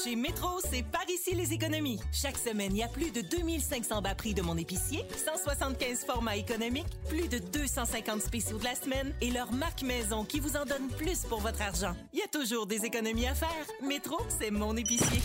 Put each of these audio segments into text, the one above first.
Chez Métro, c'est par ici les économies. Chaque semaine, il y a plus de 2500 bas prix de mon épicier, 175 formats économiques, plus de 250 spéciaux de la semaine et leur marque maison qui vous en donne plus pour votre argent. Il y a toujours des économies à faire. Métro, c'est mon épicier.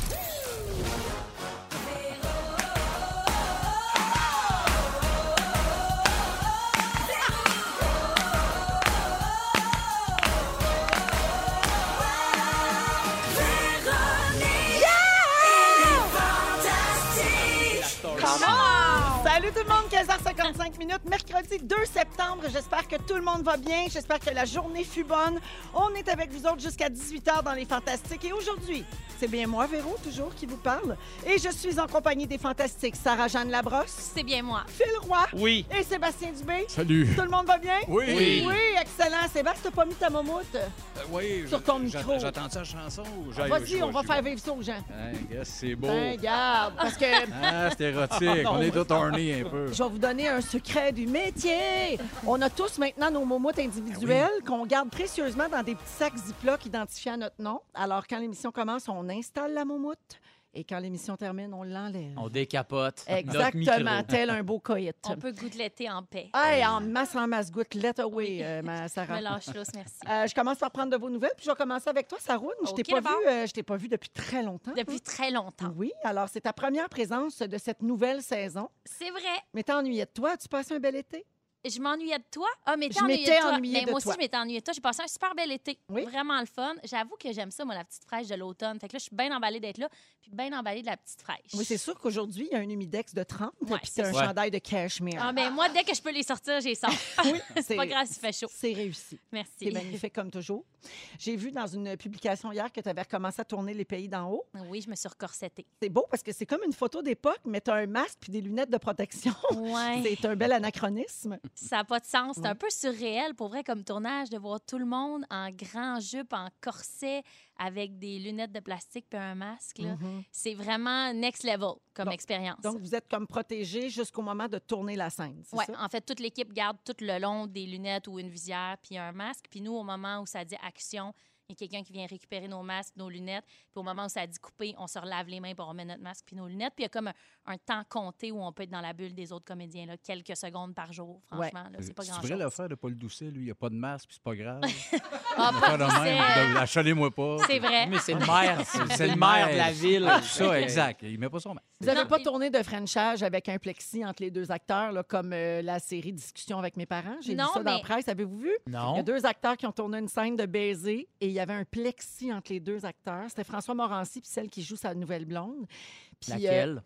Salut tout le monde, 15h55 minutes, mercredi 2 septembre. J'espère que tout le monde va bien. J'espère que la journée fut bonne. On est avec vous autres jusqu'à 18h dans Les Fantastiques. Et aujourd'hui, c'est bien moi, Véro, toujours, qui vous parle. Et je suis en compagnie des Fantastiques. Sarah-Jeanne Labrosse. C'est bien moi. Phil Roy. Oui. Et Sébastien Dubé. Salut. Tout le monde va bien? Oui. Oui, excellent. Sébastien, t'as pas mis ta momoute? Oui. Sur ton micro. J'attends la chanson ou Vas-y, on va faire vivre ça aux gens. C'est beau. Ben, regarde, parce que... Ah, c'est érotique. On est tout ornés un peu. Je vais vous donner un secret du métier. On a tous maintenant nos momoutes individuelles qu'on garde précieusement dans des petits sacs Ziploc identifiés à notre nom. Alors, quand l'émission commence, on installe la momoute et quand l'émission termine, on l'enlève. On décapote. Exactement, tel un beau coït. On peut gouteletter en paix. Hey, en masse, goutte, let away, ma Sarah. Me lâche lousse, merci. Je commence par prendre de vos nouvelles, puis je vais commencer avec toi, Saroune. Je OK, t'ai pas vu depuis très longtemps. Depuis très longtemps. Oui, alors c'est ta première présence de cette nouvelle saison. C'est vrai. Mais t'as ennuyé de toi. As-tu passé un bel été? Je m'ennuyais de toi. Ah, mais Je m'étais ennuyée de moi aussi, toi. je m'étais ennuyée de toi. J'ai passé un super bel été. Oui. Vraiment le fun. J'avoue que j'aime ça, moi, la petite fraîche de l'automne. Fait que là, je suis bien emballée d'être là, puis bien emballée de la petite fraîche. Oui, c'est sûr qu'aujourd'hui, il y a un humidex de 30 Ouais, puis tu as un ça. chandail de cashmere. Ah, mais moi, dès que je peux les sortir, j'ai sors. Oui, c'est pas grave s'il fait chaud. C'est réussi. Merci. C'est magnifique comme toujours. J'ai vu dans une publication hier que tu avais recommencé à tourner Les Pays d'en haut. Oui, je me suis recorsetée. C'est beau parce que c'est comme une photo d'époque, mais tu as un masque puis des lunettes de protection. Ouais. C'est un bel anachronisme. Ça n'a pas de sens. C'est un peu surréel, pour vrai, comme tournage, de voir tout le monde en grand jupe, en corset, avec des lunettes de plastique puis un masque. Là. C'est vraiment next level comme Bon. expérience. Donc, vous êtes comme protégé jusqu'au moment de tourner la scène, c'est Oui, ça? en fait, toute l'équipe garde tout le long des lunettes ou une visière puis un masque. Puis nous, au moment où ça dit action, il y a quelqu'un qui vient récupérer nos masques, nos lunettes. Puis au moment où ça dit couper, on se relave les mains pour remettre notre masque puis nos lunettes. Puis il y a comme un temps compté où on peut être dans la bulle des autres comédiens, là, quelques secondes par jour, franchement. Là, c'est pas C'est grand-chose. vrai l'affaire de Paul Doucet, lui, il n'y a pas de masque, puis c'est pas grave. Ah, Pas de Paul même. Doucet, Achalez-moi pas. c'est vrai. Mais c'est le maire. C'est le maire de la ville. Tout ça, exact. Il met pas son masque. Vous n'avez Non, pas il- tourné de Frenchage avec un plexi entre les deux acteurs, là, comme la série Discussion avec mes parents? J'ai vu Non, ça dans la mais- presse. Avez-vous vu? Il y a Non. 2 acteurs qui ont tourné une scène de baiser et il y avait un plexi entre les 2 acteurs. C'était François Morancy puis celle qui joue sa nouvelle blonde. Puis, Laquelle?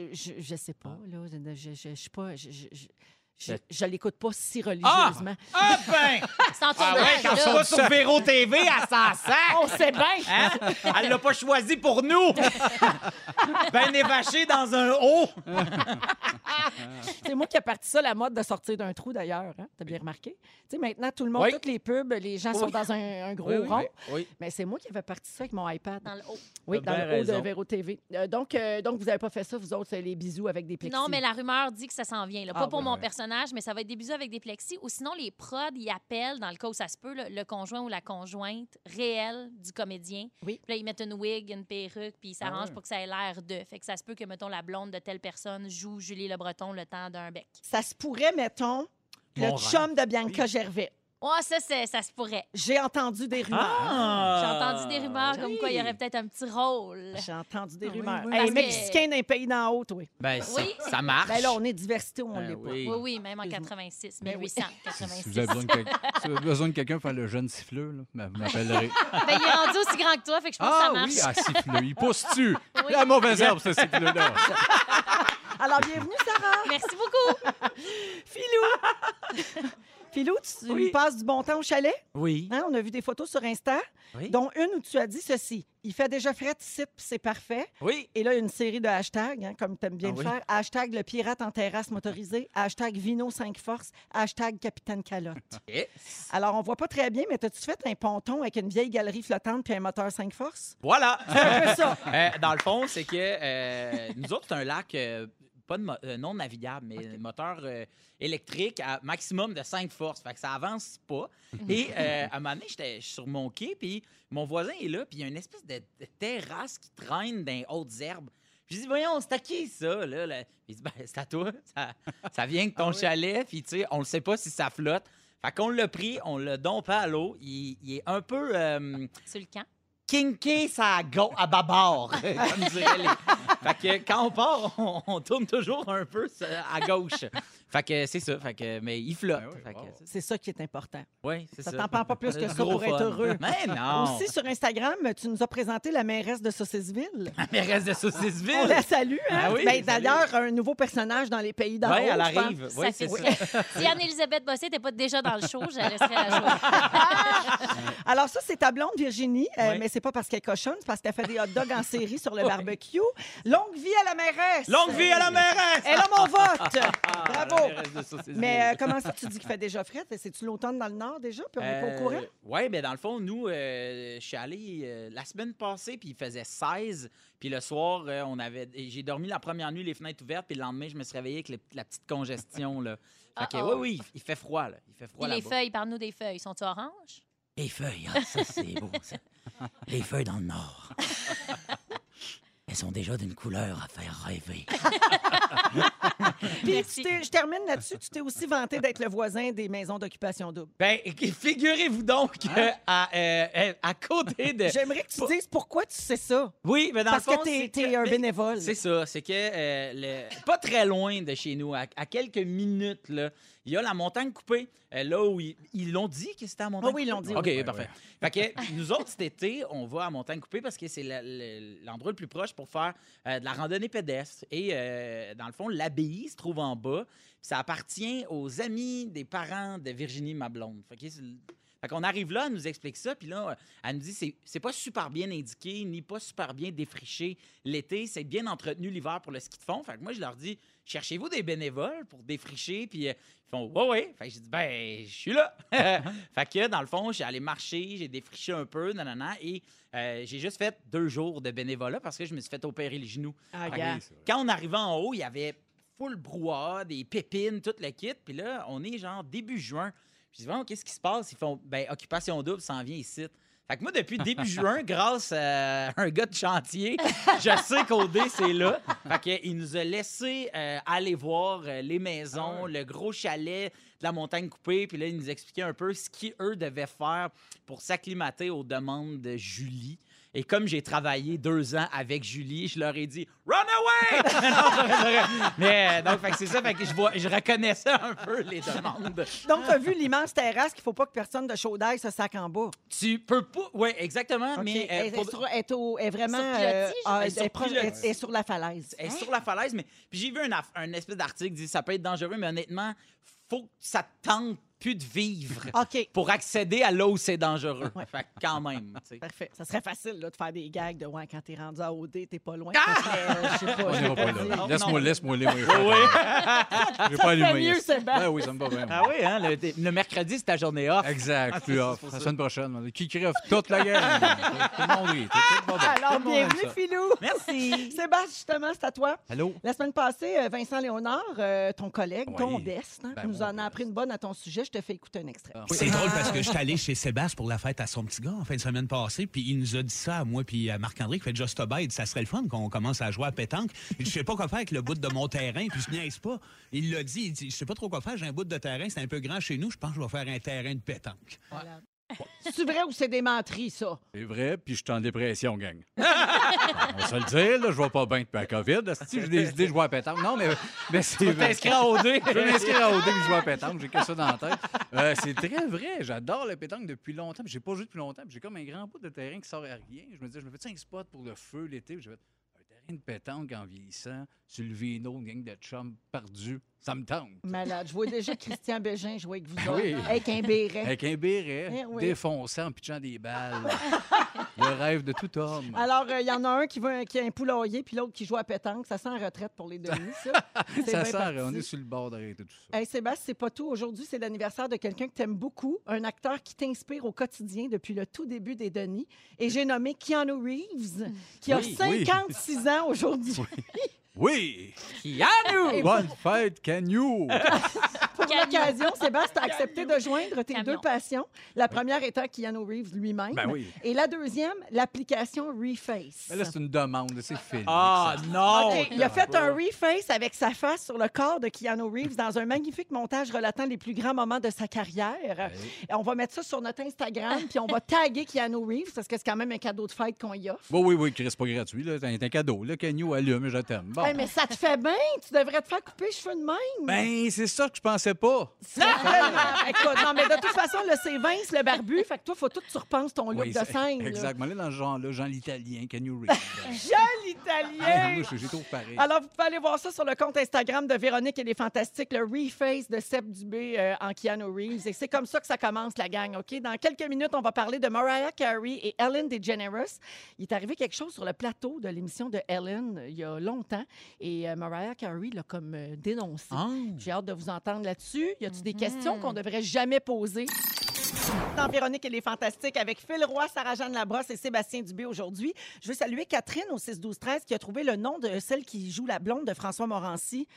je sais pas, là. Je suis pas... Je Le- l'écoute pas si religieusement. Ah ben! C'est en Ah ouais, tournage, quand là. je vais sur Véro TV, elle s'en sac! On sait bien! Hein? Elle l'a pas choisi pour nous! Ben évaché dans un haut! C'est moi qui ai parti ça, la mode de sortir d'un trou, d'ailleurs. Hein? T'as bien remarqué? Tu sais, maintenant, tout le monde, Oui. toutes les pubs, les gens sont dans un gros Oui, oui. rond. Oui. Mais c'est moi qui avais parti ça avec mon iPad. Dans le haut. Oui, T'as dans bien le haut de raison. Véro TV. Donc, vous n'avez pas fait ça, vous autres, les bisous avec des plexis? Non, mais la rumeur dit que ça s'en vient. Là. Pas Ah, pour oui, mon ouais. personnage, mais ça va être des bisous avec des plexis. Ou sinon, les prods, ils appellent, dans le cas où ça se peut, là, le conjoint ou la conjointe réelle du comédien. Oui. Puis là, ils mettent une wig, une perruque, puis ils s'arrangent ouais. pour que ça ait l'air de. Fait que ça se peut que, mettons, la blonde de telle personne joue Julie Le Breton le temps d'un bec. Ça se pourrait, mettons, le Mon chum de Bianca Gervais. Ouais, ça se pourrait. J'ai entendu des rumeurs. J'ai entendu des rumeurs comme quoi il y aurait peut-être un petit rôle. J'ai entendu des Ah oui, rumeurs. oui. Hey, Parce que- Mexicain d'un pays d'en haut, oui. Ben, Oui. ça marche. Ben là, on est diversité ou on Ben l'est pas. oui. Oui, oui, même en 86, Ben oui. 1886. Si vous avez besoin de, si vous avez besoin de quelqu'un pour faire le jeune siffleux, là, vous m'appellerez. Ben, il est rendu aussi grand que toi, fait que je pense que ça marche. oui, siffleux. Il pousse-tu? Oui. La mauvaise herbe, ce siffleux-là. Alors, bienvenue, Sarah. Merci beaucoup. Philou. Philou, tu passes du bon temps au chalet? Oui. Hein, on a vu des photos sur Insta, Oui. dont une où tu as dit ceci. Il fait déjà fret ici, puis c'est parfait. Oui. Et là, il y a une série de hashtags, hein, comme tu aimes bien Ah le oui. faire. Hashtag le pirate en terrasse motorisée. Hashtag Vino 5 forces. Hashtag Capitaine Calotte. Yes. Alors, on voit pas très bien, mais as-tu fait un ponton avec une vieille galerie flottante puis un moteur 5 forces? Voilà. C'est un peu ça. Dans le fond, c'est que nous autres, c'est un lac pas de non navigable, mais moteur électrique à maximum de 5 forces. Fait que ça avance pas. Et à un moment donné, je suis sur mon quai, puis mon voisin est là, puis il y a une espèce de terrasse qui traîne dans les hautes herbes. Puis je dis, voyons, c'est à qui ça? Là? Il dit, ben, c'est à toi. Ça vient de ton chalet, puis tu sais, on ne sait pas si ça flotte. Fait qu'on l'a pris, on l'a dompé à l'eau. Il est un peu Sur le camp. kinké à bâbord, comme diraient les... Fait que quand on part, on tourne toujours un peu à gauche. Fait que c'est ça. Fait que, mais il flotte. Ah oui, Fait que, wow. C'est ça qui est important. oui, c'est Ça ça. t'en prend pas plus que ça Gros pour être fun. heureux. Mais non! Aussi, sur Instagram, tu nous as présenté la mairesse de Saucisseville. La mairesse de Saucisseville! On la salue, hein? Ah oui, Ben, salut. d'ailleurs, un nouveau personnage dans les pays d'en Oui, haut, elle je pense. arrive. Oui, c'est ça. Si Anne-Élisabeth Bossé n'était pas déjà dans le show, je la laisserais la jouer. Alors ça, c'est ta blonde, Virginie, Oui. mais c'est pas parce qu'elle est cochonne, c'est parce qu'elle fait des hot dogs en série sur le barbecue. Longue vie à la mairesse! Longue vie à la mairesse! Elle a mon vote! La Bravo! mairesse de Saucisseville. Mais comment ça, tu dis qu'il fait déjà frais? C'est-tu l'automne dans le Nord déjà? Puis on n'est pas au courant? Oui, bien dans le fond, nous, je suis allé la semaine passée, puis il faisait 16. Puis le soir, j'ai dormi la première nuit, les fenêtres ouvertes, puis le lendemain, je me suis réveillé avec la petite congestion. Là. Fait que, Uh-oh. oui, il fait froid. Là. Il fait froid Puis les là-bas. feuilles, parle-nous des feuilles. Sont-tu oranges? Les feuilles, ah, ça c'est beau. Ça. Les feuilles dans le Nord. Elles sont déjà d'une couleur à faire rêver. Puis Merci. je termine là-dessus. Tu t'es aussi vanté d'être le voisin des maisons d'occupation double. Ben, figurez-vous donc à côté de... J'aimerais que tu dises pourquoi tu sais ça. Oui, mais dans Parce le fond, que c'est t'es un bénévole. C'est ça, c'est que pas très loin de chez nous, à quelques minutes, là, il y a la montagne coupée, là où ils l'ont dit que c'était à montagne Ah oui, ils l'ont dit, OK, oui. parfait. Fait que nous autres, cet été, on va à montagne coupée parce que c'est l'endroit le plus proche pour faire de la randonnée pédestre. Et dans le fond, l'abbaye se trouve en bas. Puis ça appartient aux amis des parents de Virginie, ma blonde. Fait qu'on arrive là, elle nous explique ça, puis là, elle nous dit c'est pas super bien indiqué, ni pas super bien défriché l'été, c'est bien entretenu l'hiver pour le ski de fond. Fait que moi, je leur dis, cherchez-vous des bénévoles pour défricher? Puis ils font, ouais. Fait que j'ai dit, ben, je suis là. Fait que dans le fond, j'ai allé marcher, j'ai défriché un peu, et j'ai juste fait 2 jours de bénévolat parce que je me suis fait opérer le genou. Ah, Ah, gars. oui, c'est vrai. Quand on arrivait en haut, il y avait full brouhaha, des pépines, tout le kit. Puis là, on est genre début juin. Puis je dis, bon, qu'est-ce qui se passe? Ils font, ben, Occupation Double s'en vient ici. Fait que moi, depuis début juin, grâce à un gars de chantier, je sais qu'OD, c'est là. Fait qu'il nous a laissé aller voir les maisons, le gros chalet de la montagne coupée. Puis là, il nous expliquait un peu ce qu'eux devaient faire pour s'acclimater aux demandes de Julie. Et comme j'ai travaillé 2 ans avec Julie, je leur ai dit « Run away! » Non, c'est vrai. Mais donc, fait que c'est ça, fait que je reconnaissais un peu les demandes. Donc, tu as vu l'immense terrasse qu'il ne faut pas que personne de chaud d'ail se sac en bas. Tu peux pas... Oui, exactement, OK. mais... Elle est vraiment... Sur pilotis, elle est proche- pilotis. elle est sur la falaise. Elle est sur la falaise, mais... Puis j'ai vu un espèce d'article qui dit « Ça peut être dangereux, mais honnêtement, faut que ça te tente plus de vivre OK. pour accéder à là où c'est dangereux. Ouais. Fait que quand même, tu sais. Parfait. Ça serait facile là, de faire des gags de ouais, quand t'es rendu à OD, t'es pas loin. Ah! Mais, je sais pas. On je n'ira vais pas dire. là. Non, Laisse-moi non. les moi. J'ai pas allumé. mieux, Sébastien. Ben oui, ça me va bien. Ah oui, hein? Le mercredi, c'est ta journée off. Exact. Plus off. pour La ça. semaine prochaine. Qui crève toute la gueule. Tout le monde rit. Tout le monde- Alors, tout le monde aime bienvenue, ça. Philou. Merci. Sébastien, justement, c'est à toi. Allô? La semaine passée, Vincent Léonard, ton collègue, Oui. ton best, hein, Ben, nous mon en a appris une bonne à ton sujet. Je te fais écouter un extrait. Ah. C'est drôle parce que j'étais allé chez Sébastien pour la fête à son petit gars en fin de semaine passée, puis il nous a dit ça à moi puis à Marc-André qui fait Just a Bite. Ça serait le fun qu'on commence à jouer à pétanque. Je sais pas quoi faire avec le bout de mon terrain, puis je niaise pas. Il l'a dit, il dit, je sais pas trop quoi faire, j'ai un bout de terrain, c'est un peu grand chez nous, je pense que je vais faire un terrain de pétanque. C'est vrai ou c'est des menteries, ça? C'est vrai, puis je suis en dépression, gang. On va se le dire, là, je vais pas bien depuis la COVID. Si j'ai des idées, je joue à pétanque. Non, mais c'est vrai. T'inscrire au dé. Je vais m'inscrire à OD puis je joue à pétanque. J'ai que ça dans la tête. C'est très vrai. J'adore le pétanque depuis longtemps. J'ai pas joué depuis longtemps. J'ai comme un grand bout de terrain qui sort à rien. Je me disais, je me fais un spot pour le feu l'été. Puis j'ai fait un terrain de pétanque en vieillissant, sur le vino, une gang de chums perdus. Ça me tente. Malade. Je vois déjà Christian Bégin jouer avec vous Ah autres. oui. Avec un béret. Avec un béret, Eh oui. défoncé en pitchant des balles. Le rêve de tout homme. Alors, il y en a un qui a un poulailler, puis l'autre qui joue à pétanque. Ça sent en retraite pour les demi, ça. C'est Ça bien sert, parti. on est sur le bord d'arrêter tout ça. Hey, Sébastien, c'est pas tout. Aujourd'hui, c'est l'anniversaire de quelqu'un que tu aimes beaucoup, un acteur qui t'inspire au quotidien depuis le tout début des Denis. Et j'ai nommé Keanu Reeves, qui a Oui, 56 ans aujourd'hui. Oui! Keanu! Bonne fête, Canyon! Pour l'occasion, Sébastien a accepté de joindre tes Camion. deux passions. La première étant Keanu Reeves lui-même. Ben oui. Et la deuxième, l'application Reface. Mais là, c'est une demande, c'est Phil. Ah, non! OK, il a fait un reface avec sa face sur le corps de Keanu Reeves dans un magnifique montage relatant les plus grands moments de sa carrière. Et on va mettre ça sur notre Instagram, puis on va taguer Keanu Reeves parce que c'est quand même un cadeau de fête qu'on y offre. Oui, Chris, c'est pas gratuit. Là. C'est un cadeau. Là, Canyon, allume, je t'aime. Bon. Hey, mais ça te fait bien. Tu devrais te faire couper les cheveux de même. Ben, c'est ça que je pensais pas. Écoute, non, mais de toute façon, là, c'est Vince le barbu. Fait que toi, faut tout que tu repenses ton look Oui, de c'est- scène. là. Exactement. Là, dans ce genre-là, Jean l'Italien, Canyon Reeves. Jean l'Italien. Moi, j'ai tout pareil. Alors, vous pouvez aller voir ça sur le compte Instagram de Véronique et les Fantastiques, le reface de Seb Dubé en Keanu Reeves. Et c'est comme ça que ça commence, la gang, OK? Dans quelques minutes, on va parler de Mariah Carey et Ellen DeGeneres. Il est arrivé quelque chose sur le plateau de l'émission de Ellen il y a longtemps et Mariah Carey l'a comme dénoncé. Ah. J'ai hâte de vous entendre là-dessus. Y a-t-il des questions qu'on devrait jamais poser? Dans Véronique et les Fantastiques avec Phil Roy, Sarah-Jeanne Labrosse et Sébastien Dubé aujourd'hui. Je veux saluer Catherine au 6-12-13 qui a trouvé le nom de celle qui joue la blonde de François Morancy,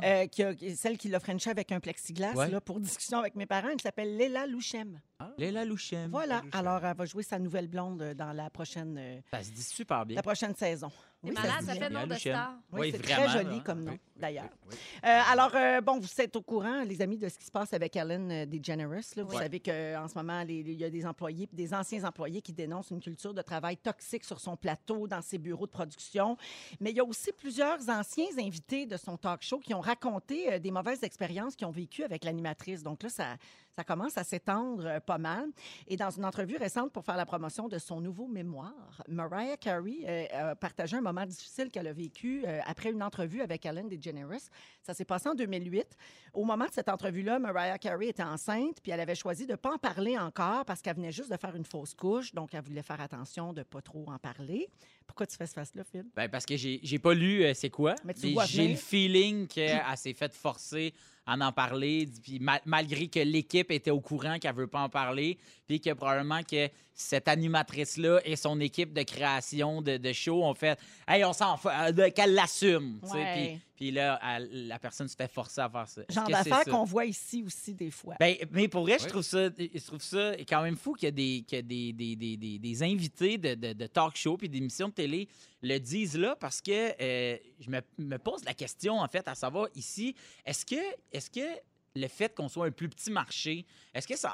celle qui l'a frenché avec un plexiglas Ouais. là, pour discussion avec mes parents. Elle s'appelle Léla Louchem. Léla Louchem. Voilà. Louchem. Alors, elle va jouer sa nouvelle blonde dans la prochaine Ça se dit super bien. saison. C'est Oui, malade, se ça dit fait bien. nom de Louchem. star. Oui, Oui, c'est vraiment, très joli là. comme nom, Oui, d'ailleurs. oui. Alors, bon, vous êtes au courant, les amis, de ce qui se passe avec Ellen DeGeneres. Là. Vous Oui. savez qu'en ce moment, il y a des employés, des anciens employés qui dénoncent une culture de travail toxique sur son plateau, dans ses bureaux de production. Mais il y a aussi plusieurs anciens invités de son talk show qui ont raconté des mauvaises expériences qu'ils ont vécues avec l'animatrice. Donc là, ça commence à s'étendre pas mal. Et dans une entrevue récente pour faire la promotion de son nouveau mémoire, Mariah Carey a partagé un moment difficile qu'elle a vécu après une entrevue avec Ellen DeGeneres. Ça s'est passé en 2008. Au moment de cette entrevue-là, Mariah Carey était enceinte, puis elle avait choisi de ne pas en parler encore parce qu'elle venait juste de faire une fausse couche, donc elle voulait faire attention de ne pas trop en parler. Pourquoi tu fais ce face-là, Phil? Ben, parce que j'ai pas lu c'est quoi. Mais tu Puis vois j'ai venir. le feeling qu'elle s'est fait forcer à en parler, puis malgré que l'équipe était au courant qu'elle veut pas en parler, puis que probablement que cette animatrice-là et son équipe de création de show ont fait « Hey, on s'en fout, qu'elle l'assume! tu sais. Ouais. Puis là, la personne se fait forcer à faire ça. Est-ce Genre que c'est d'affaires ça? qu'on voit ici aussi des fois. Ben, mais pour vrai, Oui. je trouve ça quand même fou qu'il y a des invités de talk show puis d'émissions de télé le disent là parce que je me pose la question, en fait, à savoir ici, est-ce que le fait qu'on soit un plus petit marché, est-ce que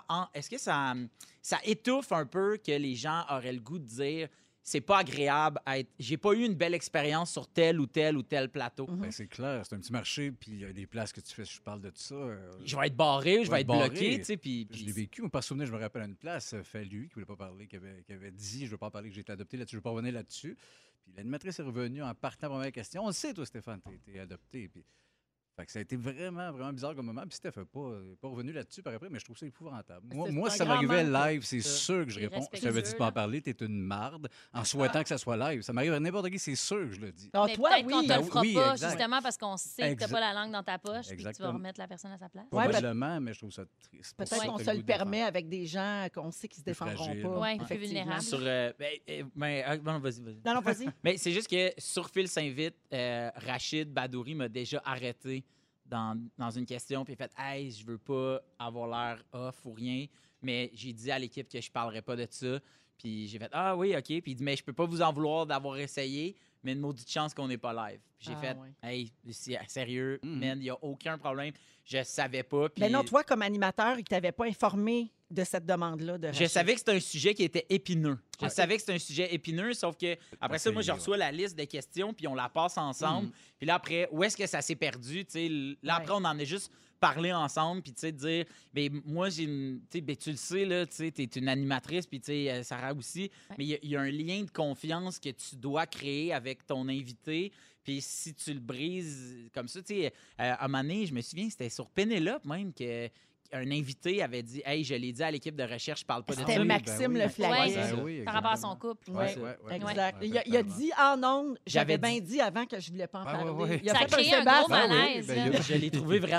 ça étouffe un peu que les gens auraient le goût de dire c'est pas agréable à être. J'ai pas eu une belle expérience sur tel ou tel plateau. Ben, c'est clair, c'est un petit marché, puis il y a des places que tu fais, je parle de ça. Je vais être barré, je vais être barré. bloqué, tu sais, puis Je l'ai vécu. Par souvenir, je me rappelle à une place, Fallu, qui voulait pas parler, qui avait dit, je veux pas en parler, que j'ai été adopté là-dessus, je veux pas revenir là-dessus. Puis l'animatrice est revenue en partant à la première question. On le sait, toi, Stéphane, t'as été adopté. Puis... Fait que ça a été vraiment, vraiment bizarre comme moment. Puis Steph n'est pas revenu là-dessus par après, mais je trouve ça épouvantable. C'est Moi un si ça grand m'arrivait manque, live, c'est sûr que je réponds. Je t'avais dit de Irrespectueux, pas en là. parler, t'es une marde, en souhaitant que ça soit live. Ça m'arrive à n'importe qui, c'est sûr que je le dis. Ah, Mais toi, peut-être qu'on oui. te le Ben fera oui, pas, exact. justement, parce qu'on sait que tu Exact. n'as pas la langue dans ta poche et que tu vas Exactement. remettre la personne à sa place. Ouais, Probablement, mais je trouve ça triste. Pour ça Peut-être que qu'on t'as se goût le de défendre. permet avec des gens qu'on sait qu'ils se Plus défendront fragiles. pas. Ouais, plus effectivement. vulnérables. sur. Non, vas-y. Non, non, vas-y. Mais c'est juste que sur Phil s'invite, Rachid Badouri m'a déjà arrêté dans une question, puis il a fait « Hey, je veux pas avoir l'air off ou rien, mais j'ai dit à l'équipe que je parlerais pas de ça. » Puis j'ai fait « Ah oui, OK. » Puis il dit « Mais je peux pas vous en vouloir d'avoir essayé, mais une maudite chance qu'on n'est pas live. » Puis j'ai Ah, fait ouais. « Hey, c'est sérieux, Mhm. man, il y a aucun problème. Je savais pas. » Puis Mais non, toi, comme animateur, il t'avait pas informé de cette demande-là de je Rachid. savais que c'était un sujet qui était épineux. Je Ok. savais que c'était un sujet épineux, sauf que après ça, moi, je reçois la liste de questions, puis on la passe ensemble. Mhm. Puis là, après, où est-ce que ça s'est perdu? Tu sais, là, Ouais. après, on en a juste parlé ensemble, puis tu sais, dire, ben moi, j'ai une... Tu sais, ben, tu le sais, là, tu sais, t'es une animatrice, puis tu sais, Sarah aussi, Ouais. mais il y a un lien de confiance que tu dois créer avec ton invité. Puis si tu le brises comme ça, tu sais, à un moment donné, je me souviens, c'était sur Pénélope même que un invité avait dit « Hey, je l'ai dit à l'équipe de recherche, je parle pas de C'était ça. » Maxime Ben oui. Leflaguet. Ouais, Ben oui, Par rapport à exactement. son couple. Ouais. Exact. Ouais, Il a totalement. dit en ondes, j'avais J'avais bien dit avant que je voulais pas en Ouais, parler. ouais, ouais. Il a Ça fait a créé un Sébastien. gros malaise. Ben là. oui, Je l'ai trouvé vraiment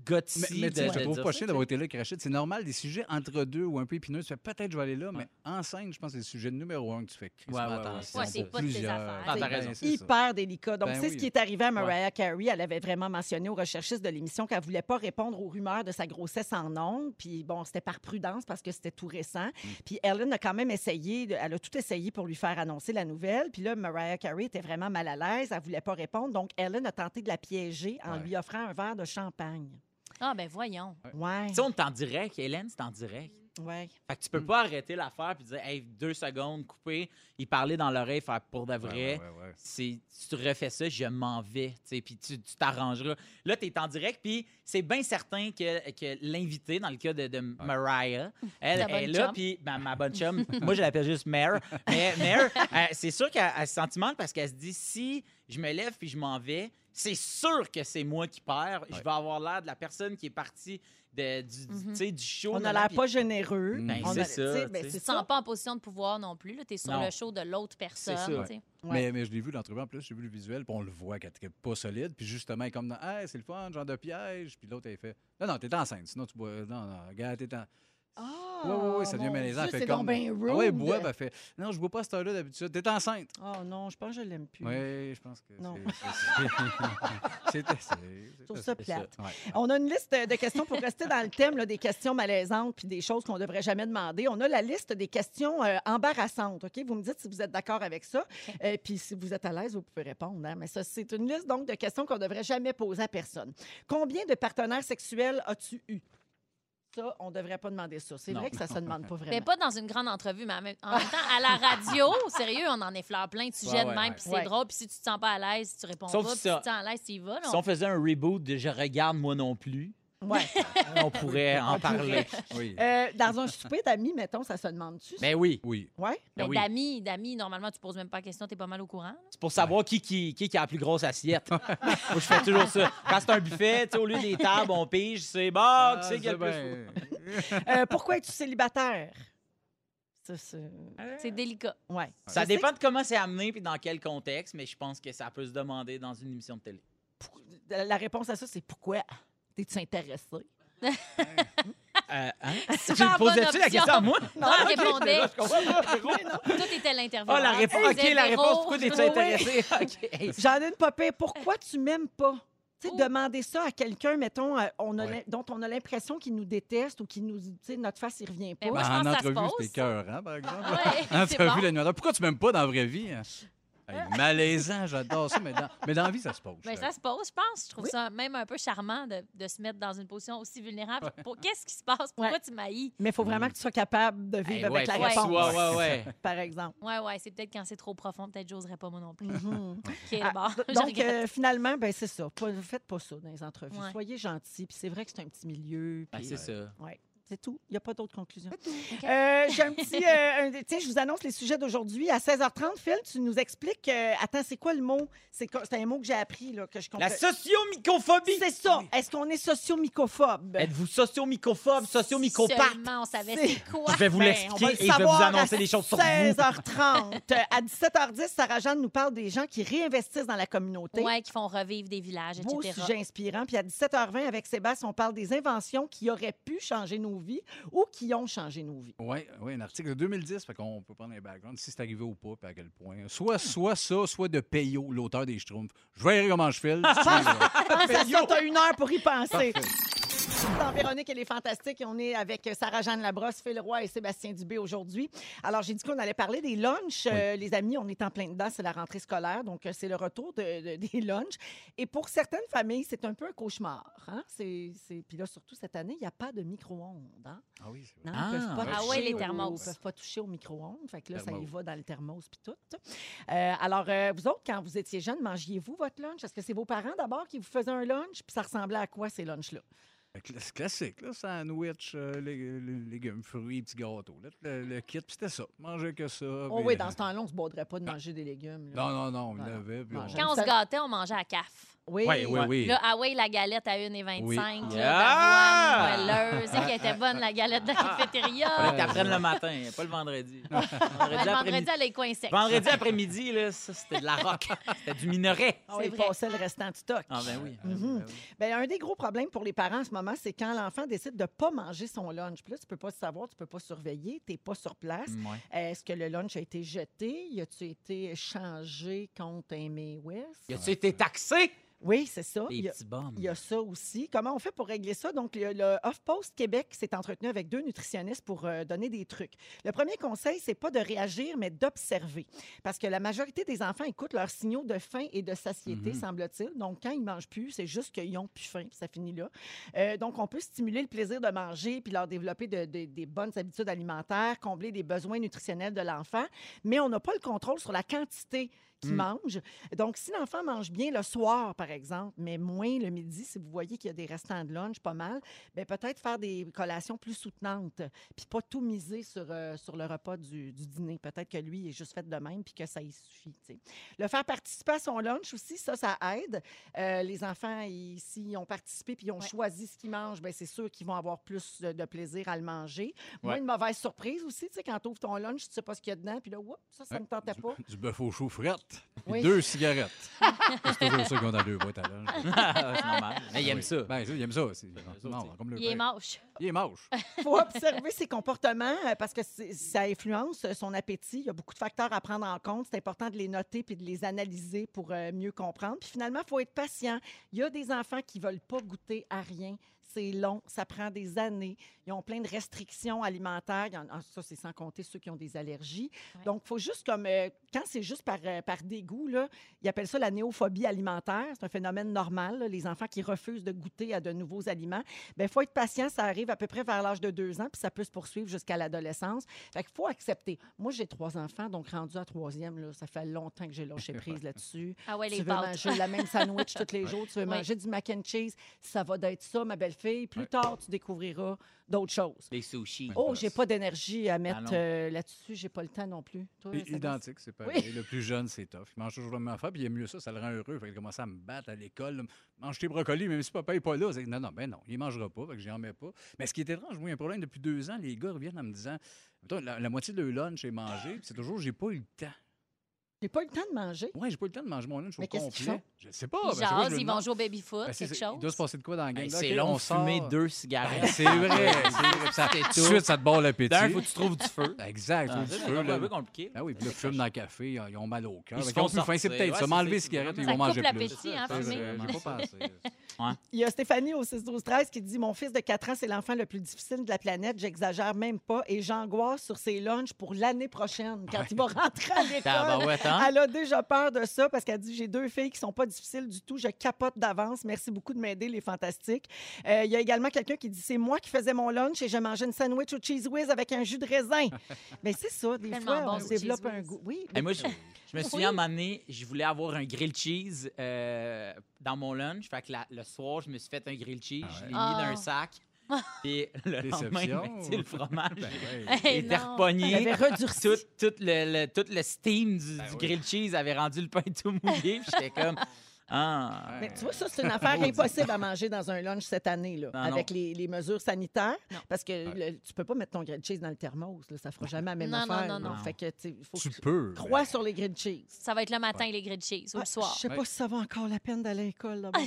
gutsy Mais tu sais, de je te trouve dire pas ça, chiant d'avoir été là, Rachid. C'est normal, des sujets entre deux ou un peu épineux, tu fais peut-être je vais aller là, mais en scène, je pense que c'est le sujet numéro 1 que tu fais attention. Ouais, c'est pour pas de tes plusieurs. affaires. Ah, t'as raison. Ben, c'est ça. Hyper délicat. Donc, Ben c'est oui. ce qui est arrivé à Mariah Carey. Elle avait vraiment mentionné aux recherchistes de l'émission qu'elle ne voulait pas répondre aux rumeurs de sa grossesse en ondes. Puis, bon, c'était par prudence parce que c'était tout récent. Puis, Ellen a quand même essayé, elle a tout essayé pour lui faire annoncer la nouvelle. Puis là, Mariah Carey était vraiment mal à l'aise. Elle ne voulait pas répondre. Donc, Ellen a tenté de la piéger en lui offrant un verre de champagne. Ah, ben voyons. Ouais. Tu sais, on est en direct. Hélène, c'est en direct. Ouais. Fait que tu peux pas arrêter l'affaire puis dire, hey, 2 secondes, couper, il parlait dans l'oreille, faire pour de vrai. Ouais. Si tu refais ça, je m'en vais. Tu sais, puis tu t'arrangeras. Là, tu es en direct, puis c'est bien certain que l'invité, dans le cas de Mariah, elle Ta bonne est là, chum. puis ma bonne chum, moi, je l'appelle juste Mare. Mais Mare, c'est sûr qu'elle se sentimente parce qu'elle se dit, si je me lève puis je m'en vais, c'est sûr que c'est moi qui perds. Je vais avoir l'air de la personne qui est partie tu sais, du show. On n'a l'air pas généreux. Ben, On c'est a- ça, tu sais, ben, tu sais. c'est Tu ne ça. sens pas en position de pouvoir non plus. Tu es sur Non. le show de l'autre personne. ça. tu sais. Ouais. Mais je l'ai vu l'entrevue en plus, j'ai vu le visuel, puis on le voit qu'elle n'est pas solide. Puis justement, elle est comme dans hey, c'est le fun, genre de piège. Puis l'autre, elle fait non, t'es enceinte, sinon tu bois. Non, regarde, t'es en. Ah, Oui, ça devient mon malaisant. Dieu, Elle fait c'est comme. donc bien rude. Ah ouais, elle boit, puis elle fait non, je bois pas à cette heure-là d'habitude. T'es enceinte. Oh non, je pense que je l'aime plus. Oui, je pense que Non. c'est Je trouve ça c'est plate. Ouais. On a une liste de questions pour rester dans le thème là, des questions malaisantes puis des choses qu'on ne devrait jamais demander. On a la liste des questions embarrassantes. OK? Vous me dites si vous êtes d'accord avec ça. Puis si vous êtes à l'aise, vous pouvez répondre. Hein? Mais ça, c'est une liste donc de questions qu'on ne devrait jamais poser à personne. Combien de partenaires sexuels as-tu eu? Ça, on ne devrait pas demander ça. C'est vrai que ça ne se demande pas vraiment. Mais pas dans une grande entrevue, mais en même temps, à la radio, sérieux, on en effleure plein de sujets de même, puis c'est Ouais. drôle. Puis si tu te sens pas à l'aise, tu réponds Sauf pas. Puis ça. si tu te sens à l'aise, tu y vas. là, Si on faisait un reboot de Je regarde moi non plus, Ouais. on pourrait en parler. Oui. Dans un souper d'amis, mettons, ça se demande-tu? Ben oui. Oui. Ouais. Mais oui. d'amis, normalement, tu poses même pas la question, t'es pas mal au courant. là. C'est pour savoir qui a la plus grosse assiette. Moi, je fais toujours ça. Quand c'est un buffet, tu sais, au lieu des tables, on pige, c'est bon, qui c'est qui a le plus. Pourquoi es-tu célibataire? Ça, c'est... C'est délicat. Ouais. Ça Je sais dépend de comment c'est amené puis dans quel contexte, mais je pense que ça peut se demander dans une émission de télé. La réponse à ça, c'est pourquoi? T'es-tu intéressé? Hein? C'est Tu pas me une bonne posais-tu la question à moi? Non, elle répondait. Je comprends pas, Véro. Tout était l'interview. Ah, la réponse, OK, la réponse, pourquoi t'es-tu Oui, oui. intéressé? OK. Hey, J'en ai une pas pire. Pourquoi tu m'aimes pas? Tu sais, Oh. demander ça à quelqu'un, mettons, Ouais. dont on a l'impression qu'il nous déteste ou qu'il nous... Tu sais, notre face, il revient pas. Ben, moi, je pense En que ça se entrevue, pose, c'était cœur, par exemple. Ouais, En c'est entrevue, bon. l'animateur. Pourquoi tu m'aimes pas dans la vraie vie? Hein? Hey, malaisant, j'adore ça, mais dans la vie, ça se pose. Ben, ça se pose, je pense. Je trouve ça même un peu charmant de se mettre dans une position aussi vulnérable. Qu'est-ce qui se passe? Pourquoi Ouais. tu m'haïs? Mais il faut vraiment que tu sois capable de vivre hey, avec la faut que tu réponse, sois- ouais. par exemple. Ouais, c'est peut-être quand c'est trop profond, peut-être j'oserais pas moi non plus. Mhm. OK, Ah, bon, je Donc, regrette. finalement, ben c'est ça. Faites pas ça dans les entrevues. Ouais. Soyez gentils. Puis c'est vrai que c'est un petit milieu. Ben, puis, c'est ça. ouais. C'est tout. Il n'y a pas d'autre conclusion. OK. J'ai un petit. Tiens, je vous annonce les sujets d'aujourd'hui. À 16h30, Phil, tu nous expliques. Attends, c'est quoi le mot? C'est un mot que j'ai appris, là, que je comprends. La socio-mycophobie. C'est ça. Est-ce qu'on est socio-mycophobe? Êtes-vous socio-mycophobe, socio-mycopathe? Seulement on savait C'est- c'est quoi. Je vais vous Ben, l'expliquer on va le et je vais vous savoir annoncer à des choses sur vous. 16h30. À 17h10, Sarah-Jeanne nous parle des gens qui réinvestissent dans la communauté. Ouais, qui font revivre des villages, Beau etc. sujet inspirant. Puis à 17h20, avec Sébastien, on parle des inventions qui auraient pu changer nos vies ou qui ont changé nos vies. Oui, un article de 2010, fait qu'on peut prendre un background, si c'est arrivé ou pas, puis à quel point. Soit ça, soit de Peyo, l'auteur des Schtroumpfs. Je vais comment je file. Pense à ça, t'as 1 heure pour y penser. Parfait. Dans Véronique, elle est fantastique. Et on est avec Sarah-Jeanne Labrosse, Phil Roy et Sébastien Dubé aujourd'hui. Alors, j'ai dit qu'on allait parler des lunchs. Les amis, on est en plein dedans. C'est la rentrée scolaire. Donc, c'est le retour des lunchs. Et pour certaines familles, c'est un peu un cauchemar. Hein? Puis là, surtout cette année, il n'y a pas de micro-ondes. Hein? Ah oui, c'est vrai. Non, ils peuvent pas Ah toucher ouais, les au- thermos. Ils peuvent pas toucher au micro-ondes. Fait que là, ça y Thermos. va dans le thermos puis tout. Alors, vous autres, quand vous étiez jeunes, mangiez-vous votre lunch? Est-ce que c'est vos parents d'abord qui vous faisaient un lunch? Puis ça ressemblait à quoi, ces lunchs-là? C'est classique, là, sandwich, légumes, fruits, petits gâteaux. Là, le kit, puis c'était ça. Manger que ça. Oh puis, oui, dans ce temps-là, on se baudrait pas de manger des légumes. là. Non, on Voilà. l'avait. Puis Non, on- j'aime Quand on se Ça- gâtait, on mangeait à CAF. Oui. Oui. Là, ah ouais, la galette à 1,25 Oui. là, d'avoine moelleuse. Et qu'elle était bonne, la galette de la cafétéria. Fallait que t'apprennes le matin, pas le vendredi. Le vendredi, elle est coin sec. Vendredi après-midi, là, ça, c'était de la rock. C'était du minerai. On C'est y vrai. passait le restant du stock. Ah, ben oui. Mhm. Bien, un des gros problèmes pour les parents en ce moment, c'est quand l'enfant décide de ne pas manger son lunch. Puis là, tu ne peux pas le savoir, tu ne peux pas surveiller, tu n'es pas sur place. Ouais. Est-ce que le lunch a été jeté? Y a-tu été changé contre un May West? Y a-tu été taxé? Oui, c'est ça. Les Il y a- petits bums. Il y a ça aussi. Comment on fait pour régler ça? Donc, le HuffPost Québec s'est entretenu avec 2 nutritionnistes pour donner des trucs. Le premier conseil, c'est pas de réagir, mais d'observer. Parce que la majorité des enfants écoutent leurs signaux de faim et de satiété, semble-t-il. Donc, quand ils mangent plus, c'est juste qu'ils ont plus faim, puis ça finit là. Donc, on peut stimuler le plaisir de manger puis leur développer des bonnes habitudes alimentaires, combler des besoins nutritionnels de l'enfant, mais on n'a pas le contrôle sur la quantité qui mange. Donc, si l'enfant mange bien le soir, par exemple, mais moins le midi, si vous voyez qu'il y a des restants de lunch, pas mal, bien, peut-être faire des collations plus soutenantes, puis pas tout miser sur le repas du dîner. Peut-être que lui, il est juste fait de même, puis que ça y suffit. T'sais. Le faire participer à son lunch aussi, ça aide. Les enfants, s'ils ont participé puis ils ont choisi ce qu'ils mangent, bien, c'est sûr qu'ils vont avoir plus de plaisir à le manger. Moi, Ouais. une mauvaise surprise aussi, tu sais, quand tu ouvres ton lunch, tu sais pas ce qu'il y a dedans, puis là, oups, ça ne me tentait pas. Du bœuf au chou frette. Oui. 2 cigarettes. C'est toujours ça qu'ils ont dans 2 boîtes à lunch. C'est normal. Mais il aime ça. Ben, il aime ça. C'est autres, non, c'est- comme le Il est père. moche. Il est moche. Il faut observer ses comportements parce que ça influence son appétit. Il y a beaucoup de facteurs à prendre en compte. C'est important de les noter puis de les analyser pour mieux comprendre. Puis finalement, il faut être patient. Il y a des enfants qui ne veulent pas goûter à rien. C'est long, ça prend des années. Ils ont plein de restrictions alimentaires. Ça, c'est sans compter ceux qui ont des allergies. Ouais. Donc, il faut juste comme... quand c'est juste par dégoût, là, ils appellent ça la néophobie alimentaire. C'est un phénomène normal, là, les enfants qui refusent de goûter à de nouveaux aliments. Bien, il faut être patient. Ça arrive à peu près vers l'âge de 2 ans, puis ça peut se poursuivre jusqu'à l'adolescence. Fait qu'il faut accepter. Moi, j'ai 3 enfants, donc rendu à 3e, là, ça fait longtemps que j'ai lâché prise là-dessus. Ah ouais, Tu les veux pâtes. manger la même sandwich tous les jours, tu veux Oui. manger du mac and cheese, ça va d'être ça, ma belle-fille. Plus tard, tu découvriras d'autres choses. Les sushis. Oh, j'ai pas d'énergie à mettre non. Là-dessus. J'ai pas le temps non plus. Toi, Sébastien? Identique, c'est pareil. Le plus jeune, c'est tough. Il mange toujours la même affaire, puis il aime mieux ça, ça le rend heureux. Fait qu'il commence à me battre à l'école. Là. Mange tes brocolis, même si papa n'est pas là. C'est, non, il ne mangera pas, fait que j'en mets pas. Mais ce qui est étrange, moi, il y a un problème depuis 2 ans, les gars reviennent en me disant, mettons, la moitié de leur lunch est mangé, puis c'est toujours, j'ai pas eu le temps. J'ai pas eu le temps de manger. Ouais, j'ai pas eu le temps de manger mon lunch au Mais qu'est-ce qu'ils complet. font? Je sais pas. Ils ben, c'est vrai, je jasent, le ils vont demande. jouer au baby-foot, Ben, c'est quelque ça. chose. Il doit se passer de quoi dans la gang? Hey, Là, c'est OK, long on de fumer sort. 2 cigarettes. C'est vrai. Tout de suite, ça te barre l'appétit. D'un, faut que tu trouves du feu. Exact. Ah, tu c'est trouves du feu, un peu là. compliqué. Ah oui, puis là, ils fument dans le café, ils ont mal au cœur. Ils se Fait qu'ils ont font plus faim, c'est sortir. peut-être Ouais, ça. c'est M'enlever les ça. cigarettes, ils Ça vont manger coupe plus. l'appétit, hein, C'est fumer. vrai, j'ai pas pensé. Il y a Stéphanie au 6-12-13 qui dit « Mon fils de 4 ans, c'est l'enfant le plus difficile de la planète. J'exagère même pas et j'angoisse sur ses lunchs pour l'année prochaine, quand il va rentrer à l'école. Tabarouette, hein? Elle a déjà peur de ça parce qu'elle dit « J'ai 2 filles qui sont pas difficiles du tout. Je capote d'avance. Merci beaucoup de m'aider, les fantastiques. Il y a également quelqu'un qui dit « C'est moi qui faisais mon lunch et je mangeais une sandwich au Cheese Whiz avec un jus de raisin. » Bien, c'est ça. Des Tellement fois, bon, on le développe Cheese un Whiz. goût. Oui, Et moi, je me souviens, à un moment donné, je voulais avoir un grilled cheese dans mon lunch. Fait que le soir, je me suis fait un grilled cheese. Je l'ai mis dans un sac. Puis le lendemain, Déception. ben, tu sais, le fromage Ben ouais. Hey, était non. il repogné. avait redurci. Tout le steam du grilled cheese avait rendu le pain tout mouillé. Puis j'étais comme... Ah. Mais tu vois, ça, c'est une affaire impossible à manger dans un lunch cette année, là, Non, avec les mesures sanitaires. Non. Parce que tu peux pas mettre ton grilled cheese dans le thermos. Là, ça fera jamais la même Non, non, affaire. non, là. non. Fait que, il faut Tu que tu peux. crois sur les grilled cheese. Ça va être le matin, les grilled cheese, ou le soir. Je sais pas Ouais. si ça va encore la peine d'aller à l'école là-bas.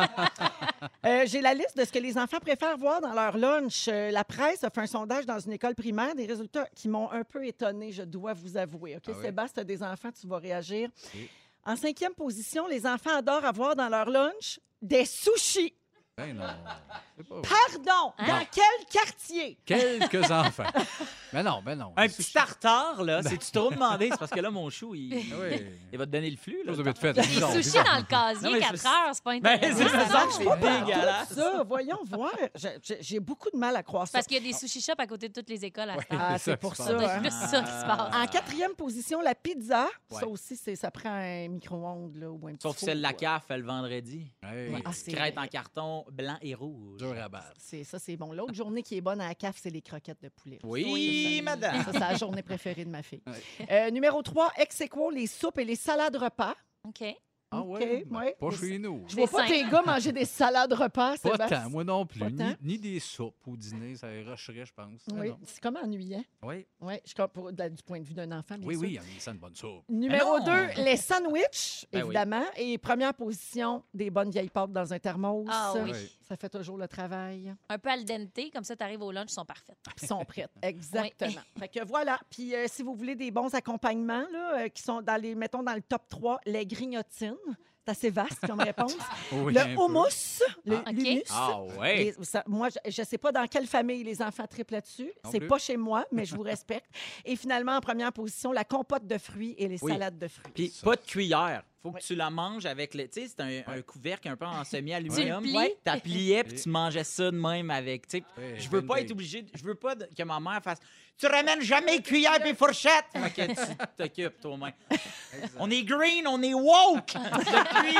J'ai la liste de ce que les enfants préfèrent voir dans leur lunch. La presse a fait un sondage dans une école primaire, des résultats qui m'ont un peu étonnée, je dois vous avouer. OK, Ah oui? Sébastien, tu as des enfants, tu vas réagir. Oui. En 5e position, les enfants adorent avoir dans leur lunch des sushis. Ben non. C'est pas vrai. Pardon, dans quel quartier? Quelques enfants. Ben non. Un petit tartare, là, c'est-tu trop demandé? C'est parce que là, mon chou, il Oui. va te donner le flux. Là, Chose de vite fait. Des Disons, sushis disons. dans le casier, Non, mais 4 c'est- heures, c'est pas Ben, intéressant. c'est ça, marche c'est pas partout, dégueulasse. ça, voyons voir. J'ai beaucoup de mal à croire ça. Parce qu'il y a des sushi shops à côté de toutes les écoles à cette heure. Ah, c'est c'est ça pour qui se ça. Ça doit hein. être plus ça qui se passe. En 4e position, la pizza. Ça Ouais. aussi, ça prend un micro-ondes là, ou un petit Sauf four. celle de la CAF, le vendredi. Hey, Ouais, ah, c'est Crête vrai. en carton blanc et rouge. dur à battre. Ça, c'est bon. L'autre journée qui est bonne à la CAF, c'est les croquettes de poulet. Oui, Ça, madame. Ça, c'est la journée préférée de ma fille. Numéro 3, ex aequo, les soupes et les salades repas. OK. Ah OK, ouais? ouais. Pas chez nous. Je vois pas tes gars manger des salades repas, Pas Sébastien. tant, moi non plus. Pas tant. Ni des soupes au dîner, ça rusherait, je pense. Ah Oui, non. c'est comme ennuyant. Oui, Oui, du point de vue d'un enfant, bien oui, sûr. oui, il ça une bonne soupe. Numéro Mais 2, non. les sandwichs, Ben oui. évidemment. Et première position, des bonnes vieilles pâtes dans un thermos. Ah oui. Oui. Ça fait toujours le travail. Un peu al dente, comme ça, tu arrives au lunch, ils sont parfaits. Ils sont prêtes, exactement. Fait que voilà. Puis si vous voulez des bons accompagnements là, qui sont mettons dans le top 3, les grignotines. C'est assez vaste comme réponse. Oui, un Le peu. hummus, OK. l'humus. Ah ouais. Moi, je ne sais pas dans quelle famille les enfants triplent là-dessus. Non C'est plus. pas chez moi, mais je vous respecte. Et finalement, en première position, la compote de fruits et les Oui. salades de fruits. Puis pas de cuillère. Faut que Ouais. tu la manges avec le. Tu sais, c'est un couvercle un peu en Tu semi-aluminium. le plies? Tu pliais puis tu mangeais ça de même avec. Tu sais, Ouais, je veux pas vintage. être obligé. Je veux pas que ma mère fasse. Tu ramènes jamais cuillère et fourchette. Fait que tu t'occupes toi-même. On est green, on est woke depuis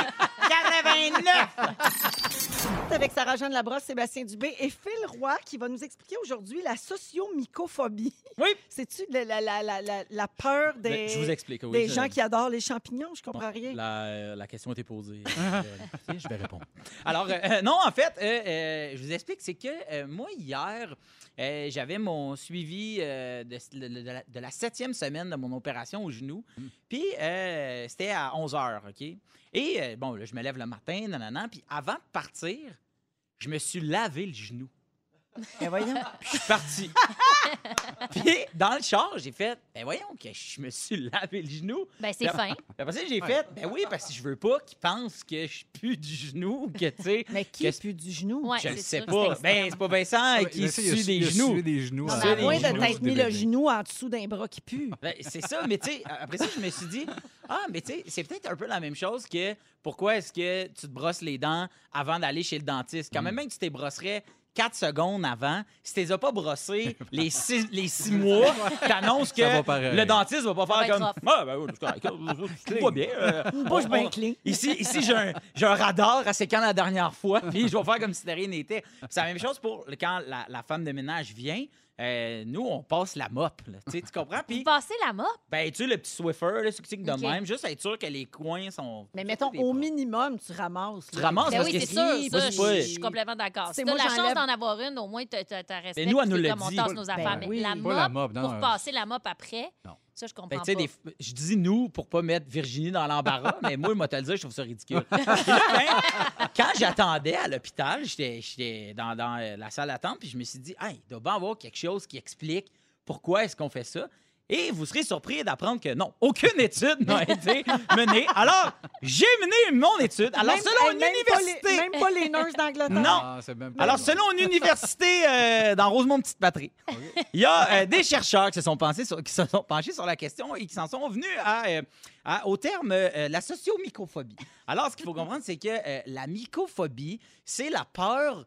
89. Avec Sarah-Jeanne Labrosse, Sébastien Dubé et Phil Roy qui va nous expliquer aujourd'hui la sociomycophobie. Oui. C'est-tu la peur des, Je vous explique. Oui, des gens qui adorent les champignons? Je comprends rien. La question était posée. Je vais répondre. Alors, non, en fait, je vous explique, c'est que moi, hier, j'avais mon suivi de la 7e semaine de mon opération au genou. Puis, c'était à 11 h, OK? Et, bon, là, je me lève le matin, nanana, puis avant de partir, je me suis lavé le genou. Ben voyons. Puis je suis parti. Puis, dans le char, j'ai fait, ben voyons que je me suis lavé le genou. Ben, c'est fin. Puis après ça, j'ai fait, ben oui, parce que je veux pas qu'ils pensent que je pue du genou, que tu sais. Mais qui Qu'est-ce- pue du genou? Ouais, Je le c'est sais sûr, pas. c'est Ben, c'est pas Vincent Ouais, qui mais ça, il a sue des il a genoux. sué des genoux. Non, à- mais à des moins genoux de t'être du mis le bébé. genou en dessous d'un bras qui pue. Ben, c'est ça, mais tu sais, après ça, je me suis dit, mais tu sais, c'est peut-être un peu la même chose que pourquoi est-ce que tu te brosses les dents avant d'aller chez le dentiste? Quand même que tu t'es brosserais 4 secondes avant, si tu les as pas brossés les 6 mois, t'annonces que Ça va pareil. le dentiste va pas va faire être comme rough. ah ben oui, c'est correct, tout va bien. Une bouche bien clean. Ici j'ai un radar à séquent la dernière fois, puis je vais faire comme si de rien n'était. Puis c'est la même chose pour quand la femme de ménage vient. Nous, on passe la mop, là. Tu comprends? Vous Puis, passez la mop? ben, tu sais, le petit Swiffer, là, ce que c'est que de OK. même, juste être sûr que les coins sont. Mais sont mettons, des au propres. minimum, tu ramasses. Tu ramasses Ben parce oui, que c'est si- sûr. moi, Ça, c'est pas- je suis complètement d'accord. Si C'est t'as moi, la j'enlève- chance d'en avoir une, au moins, t'as respect. nous, elle nous puis l'a comme on dit. tasse nos affaires. Ben Mais oui. la Pas la mop, mop, non, pour passer la mop après, Non. ça, je comprends Ben, tu sais, pas. je dis nous pour pas mettre Virginie dans l'embarras, mais moi, moi, te le dire, je trouve ça ridicule. Puis là, ben, quand j'attendais à l'hôpital, j'étais dans la salle d'attente, puis je me suis dit, hey, il doit bien avoir quelque chose qui explique pourquoi est-ce qu'on fait ça. Et vous serez surpris d'apprendre que non, aucune étude n'a été menée. Alors, j'ai mené mon étude. Alors, selon une université... Même pas les nurses d'Angleterre. Non. Ah, c'est même pas Alors, bon. selon une université dans Rosemont-Petite-Patrie, il y a des chercheurs qui se sont penchés sur la question et qui s'en sont venus au terme la sociomycophobie. Alors, ce qu'il faut comprendre, c'est que la mycophobie, c'est la peur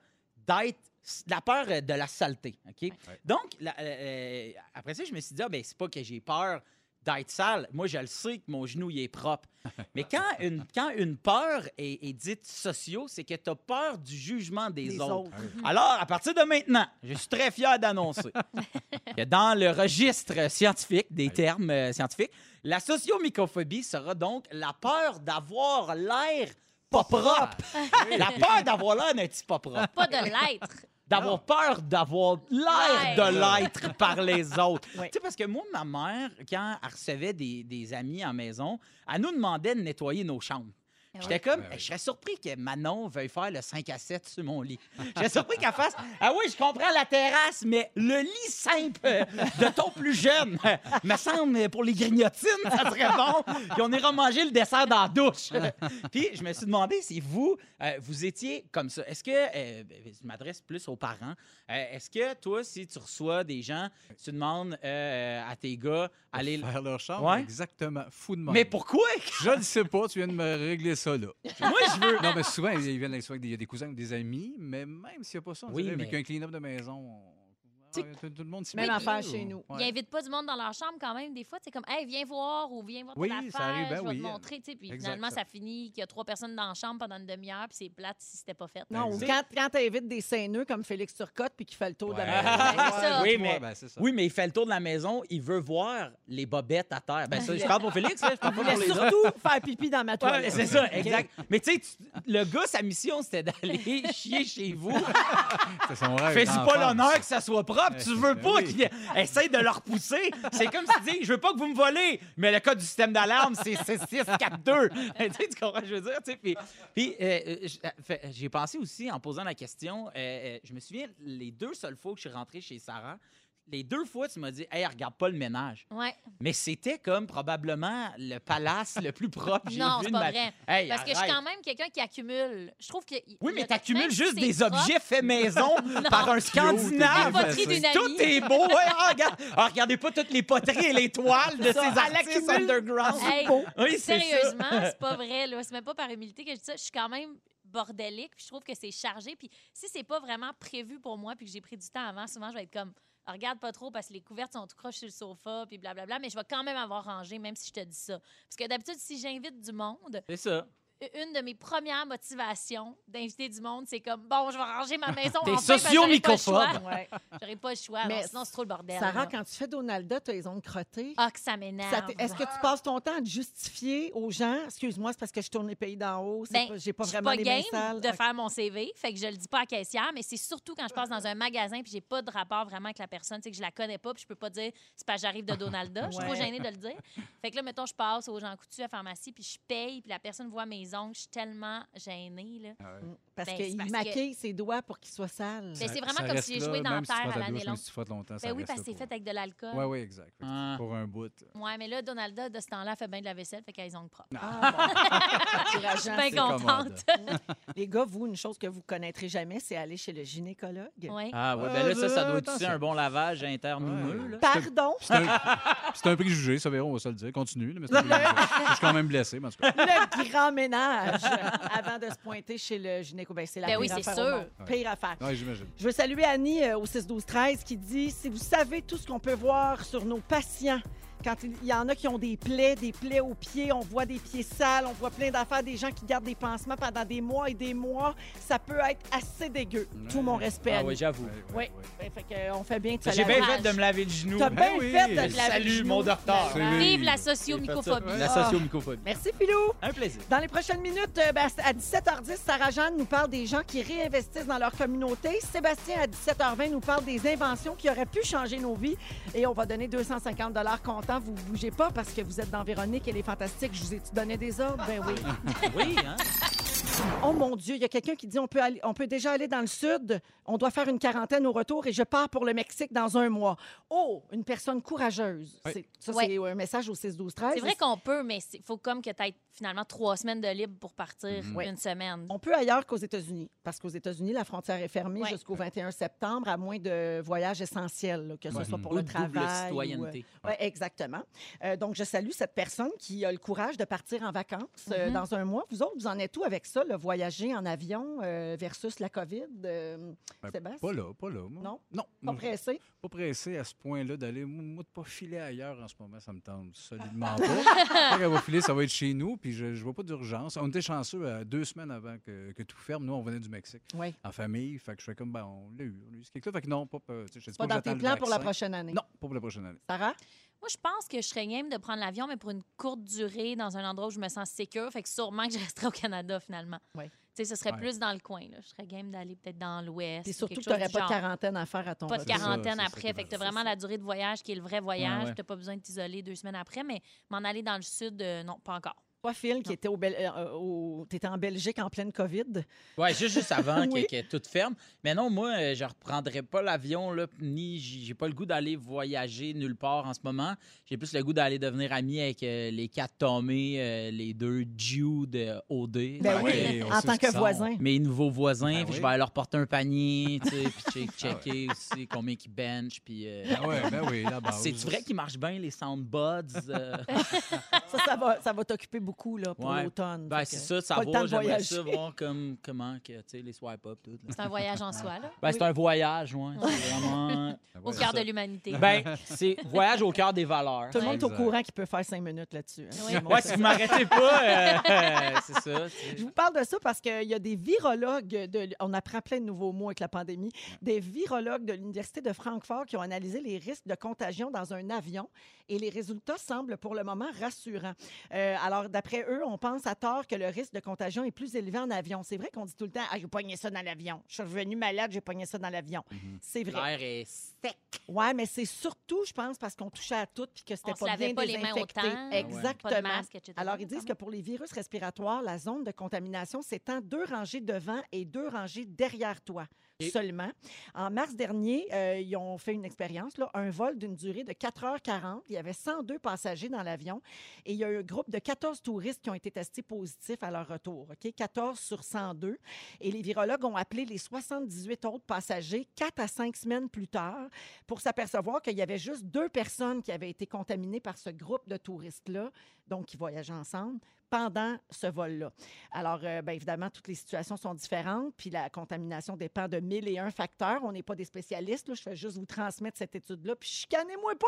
de la saleté. OK? Donc, après ça, je me suis dit, c'est pas que j'ai peur d'être sale. Moi, je le sais que mon genou, il est propre. Mais quand une peur est dite socio, c'est que tu as peur du jugement des autres. Alors, à partir de maintenant, je suis très fier d'annoncer que dans le registre scientifique, des termes scientifiques, la sociomycophobie sera donc la peur d'avoir l'air pas propre. La peur d'avoir l'air d'un petit pas propre. Pas de l'être. D'avoir peur d'avoir l'air de l'être par les autres. Oui. Tu sais, parce que moi, ma mère, quand elle recevait des amis à la maison, elle nous demandait de nettoyer nos chambres. J'étais comme, je serais surpris que Manon veuille faire le 5 à 7 sur mon lit. Je serais surpris qu'elle fasse, ah oui, je comprends la terrasse, mais le lit simple de ton plus jeune, me semble, pour les grignotines, ça serait bon. Puis on ira manger le dessert dans la douche. Puis je me suis demandé si vous étiez comme ça. Est-ce que, je m'adresse plus aux parents, est-ce que toi, si tu reçois des gens, tu demandes à tes gars, aller... Faire leur chambre, Ouais. exactement. Fou de moi. Mais pourquoi? Je ne sais pas, tu viens de me régler ça, là. Moi, je veux... Non, mais souvent, ils viennent avec des cousins ou des amis, mais même s'il n'y a pas ça, on Oui, dirait, mais- avec un clean-up de maison, Tout le monde s'y Même met, affaire ou- chez nous. Ouais. Ils n'invitent pas du monde dans leur chambre quand même. Des fois, c'est comme, hey, viens voir ou viens voir Oui, ton ça affaire, arrive, ben je vais oui. te montrer. Tu sais. Puis Exact, finalement, ça. ça finit qu'il y a 3 personnes dans la chambre pendant une demi-heure, puis c'est plate si c'était pas fait. Non, ou Exact. quand tu invites des saineux comme Félix Turcotte puis qui fait le tour de la Ouais. maison. c'est ça. Oui, mais, ben, c'est ça. oui, mais il fait le tour de la maison, il veut voir les bobettes à terre. Ben, ça, je parle pour Félix, là, je parle pas Je pour les voulais autres. surtout faire pipi dans ma Ouais, toilette. c'est ça, exact. Mais tu sais, le gars, sa mission, c'était d'aller chier chez vous. C'est son rêve. Fais-y d'enfance. pas l'honneur que ça soit propre. Tu veux pas oui. qu'il essaye de le repousser. C'est comme si tu dis, je veux pas que vous me volez. Mais le code du système d'alarme, c'est 642. Tu sais, tu comprends ce que je veux dire? Tu sais, puis, j'ai pensé aussi, en posant la question, je me souviens, les 2 seules fois que je suis rentré chez Sarah, les 2 fois, tu m'as dit, hey, regarde pas le ménage. Ouais. Mais c'était comme probablement le palace le plus propre que j'ai Non, vu c'est de pas ma vrai. Hey, Parce que je suis arrête. quand même quelqu'un qui accumule. Je trouve que. Oui, mais le- t'accumules même si juste c'est des propre, objets faits maison par un Scandinave. bien poterie d'une Tout amie. est beau. Ouais, regarde. Regardez pas toutes les poteries et les toiles de ces ça, elle artistes accumule- underground. Hey, Oui, c'est ça. sérieusement, c'est pas vrai. Là. C'est même pas par humilité que je dis ça. Je suis quand même bordélique, puis je trouve que c'est chargé. Puis si c'est pas vraiment prévu pour moi, puis que j'ai pris du temps avant, souvent, je vais être comme, regarde pas trop parce que les couvertes sont tout croches sur le sofa, puis blablabla, mais je vais quand même avoir rangé, même si je te dis ça. Parce que d'habitude, si j'invite du monde, C'est ça. une de mes premières motivations d'inviter du monde, c'est comme, bon, je vais ranger ma maison T'es enfin, parce que j'aurai pas le choix. socio-mycophobe. Ouais. J'aurais pas le choix. Mais Mais sinon, c'est trop le bordel. Sarah, là. quand tu fais Donalda, tu as les ongles crottés. Ah, que ça m'énerve. Est-ce que tu passes ton temps à te justifier aux gens? Excuse-moi, c'est parce que je tourne les pays d'en haut. Ben, J'ai pas je suis vraiment pas les mains game sales. de faire mon CV, fait que je le dis pas à la caissière, mais c'est surtout quand je passe dans un magasin puis j'ai pas de rapport vraiment avec la personne, tu sais que je la connais pas puis je peux pas dire c'est parce que j'arrive de Donalda, je suis trop Ouais. gênée de le dire. Fait que là mettons je passe aux Jean Coutu à la pharmacie puis je paye puis la personne voit mes ongles, je suis tellement gênée là. Parce Ben, qu'il c'est parce maquille ses doigts pour qu'ils soient sales. Ben, c'est vraiment Ça comme reste si j'ai là, joué dans même la si tu terre frottes à la l'année douche, longue. même si tu frottes longtemps, ça Ben oui, reste parce là que c'est pour- fait avec de l'alcool. Ouais, oui, exact. Fait que Ah. Pour un bout. Ouais, mais là Donalda de ce temps-là fait bien de la vaisselle, fait qu'elle a les ongles propres. Ah, bon. Encourageant, Je suis bien c'est- contente. Les gars, vous, une chose que vous connaîtrez jamais, c'est aller chez le gynécologue. Ouais. Ah, ouais, ben là, ça doit être aussi attention. un bon lavage interne Ouais. houmeux, là. Pardon? C'est un préjugé, ça, Véro, on va se le dire. Continue, là, mais c'est un préjugé. Je suis quand même blessé, mais en tout cas. Le grand ménage avant de se pointer chez le gynéco. Ben, c'est la Ben pire oui, c'est affaire au sûr. monde. Pire affaire. Ouais, j'imagine. Je veux saluer Annie au 6-12-13 qui dit « Si vous savez tout ce qu'on peut voir sur nos patients, quand il y en a qui ont des plaies aux pieds, on voit des pieds sales, on voit plein d'affaires, des gens qui gardent des pansements pendant des mois et des mois, ça peut être assez dégueu. Tout mon respect, Ah Annie. oui, j'avoue. Oui, ben, fait que, on fait bien de se J'ai bien laver. fait de me laver le genou. T'as bien oui. fait de te Je laver salue le genou. mon docteur. Ben, Vive la J'ai fait socio-mycophobie. ça. La socio-mycophobie. Merci, Philou. Un plaisir. Dans les prochaines minutes, à 17h10, Sarah-Jeanne nous parle des gens qui réinvestissent dans leur communauté. Sébastien, à 17h20, nous parle des inventions qui auraient pu changer nos vies. Et on va donner 250 comptant. Vous ne bougez pas parce que vous êtes dans Véronique, elle est fantastique. Je vous ai-tu donné des ordres? Ben oui. Oui, hein? Oh mon Dieu, il y a quelqu'un qui dit on peut déjà aller dans le sud. On doit faire une quarantaine au retour et je pars pour le Mexique dans 1 mois. Oh, une personne courageuse. Oui. C'est Ouais. un message au 6-12-13. C'est vrai qu'on peut, mais il faut comme que tu aies finalement 3 semaines de libre pour partir Ouais. une semaine. On peut ailleurs qu'aux États-Unis, parce qu'aux États-Unis, la frontière est fermée Ouais. jusqu'au 21 septembre, à moins de voyages essentiels, là, que ce soit pour Ou le de double travail. citoyenneté. Oui, exactement. Donc, je salue cette personne qui a le courage de partir en vacances dans 1 mois. Vous autres, vous en êtes où avec ça, le voyager en avion versus la COVID, Ben, Sébastien? pas là. Moi. Non? Non. Pas moi, pressé? pas pressé à ce point-là d'aller. Moi, de pas filer ailleurs en ce moment, ça me tente solidement pas. Quand elle va filer, ça va être chez nous, puis je vois pas d'urgence. On était chanceux 2 semaines avant que tout ferme. Nous, on venait du Mexique Oui. en famille. Fait que je fais comme, ben, on l'a eu ce quelque chose. Fait que non, pas. Je te dis Pas que dans tes j'attends le plans pour la vaccin. prochaine année? Non, pas pour la prochaine année. Sarah? Moi, je pense que je serais game de prendre l'avion, mais pour une courte durée, dans un endroit où je me sens sécure. Fait que sûrement que je resterai au Canada, finalement. Ouais. Tu sais, ce serait Ouais. plus dans le coin. Là. Je serais game d'aller peut-être dans l'Ouest. Puis ou surtout quelque que tu n'aurais chose pas du de genre. quarantaine à faire à ton Pas de retour. C'est ça, quarantaine c'est ça après. qui est Fait que tu as bien. vraiment la durée de voyage qui est le vrai voyage. Ouais, ouais. Tu n'as pas besoin de t'isoler 2 semaines après, mais m'en aller dans le sud, non, pas encore. Toi, Phil, qui était t'étais en Belgique en pleine COVID. Oui, juste avant Oui. qu'elle toute ferme. Mais non, moi, je reprendrais pas l'avion, là, ni j'ai pas le goût d'aller voyager nulle part en ce moment. J'ai plus le goût d'aller devenir ami avec les 4 Tomé, les 2 Jude OD. Ben Ah oui, ouais, on en sait tant ce que qu'ils sont. voisin. Mes nouveaux voisins, Ben puis je oui. vais aller leur porter un panier, tu sais, puis checker aussi combien ils bench, puis... Ben oui, la base. C'est vrai qu'ils marchent bien, les soundbuds? Ça va t'occuper beaucoup là, pour Ouais. l'automne. Ben, Fait c'est que ça, pas le temps savoir, de j'aimerais voyager. ça, voir comment que, tu sais, les swipe-up, tout. là. C'est un voyage en soi, là. Ben, c'est un voyage, ouais. C'est vraiment... Au cœur de l'humanité. Ben, c'est voyage au cœur des valeurs. Tout le monde est au Exact. courant qu'il peut faire 5 minutes là-dessus. hein. Oui. Ouais, si vous m'arrêtez pas, c'est ça. Je vous parle de ça parce qu'il y a des virologues, on apprend plein de nouveaux mots avec la pandémie, des virologues de l'Université de Francfort qui ont analysé les risques de contagion dans un avion et les résultats semblent pour le moment rassurants. Alors, d'après eux, on pense à tort que le risque de contagion est plus élevé en avion. C'est vrai qu'on dit tout le temps « Ah, j'ai pogné ça dans l'avion. Je suis revenu malade, j'ai pogné ça dans l'avion. C'est vrai. L'air est sec. Ouais, mais c'est surtout, je pense, parce qu'on touchait à tout puis que c'était On se pas lavait bien pas les mains désinfecté. autant. Exactement. Pas de masque, etc. Alors, ils disent que pour les virus respiratoires, la zone de contamination s'étend 2 rangées devant et 2 rangées derrière toi. Et- Seulement. En mars dernier, ils ont fait une expérience, là, un vol d'une durée de 4h40. Il y avait 102 passagers dans l'avion et il y a eu un groupe de 14 touristes qui ont été testés positifs à leur retour. OK? 14 sur 102. Et les virologues ont appelé les 78 autres passagers 4 à 5 semaines plus tard pour s'apercevoir qu'il y avait juste 2 personnes qui avaient été contaminées par ce groupe de touristes-là, donc qui voyageaient ensemble, pendant ce vol-là. Alors, bien évidemment, toutes les situations sont différentes, puis la contamination dépend de 1001 facteurs. On n'est pas des spécialistes, là. Je fais juste vous transmettre cette étude-là, puis chicanez-moi pas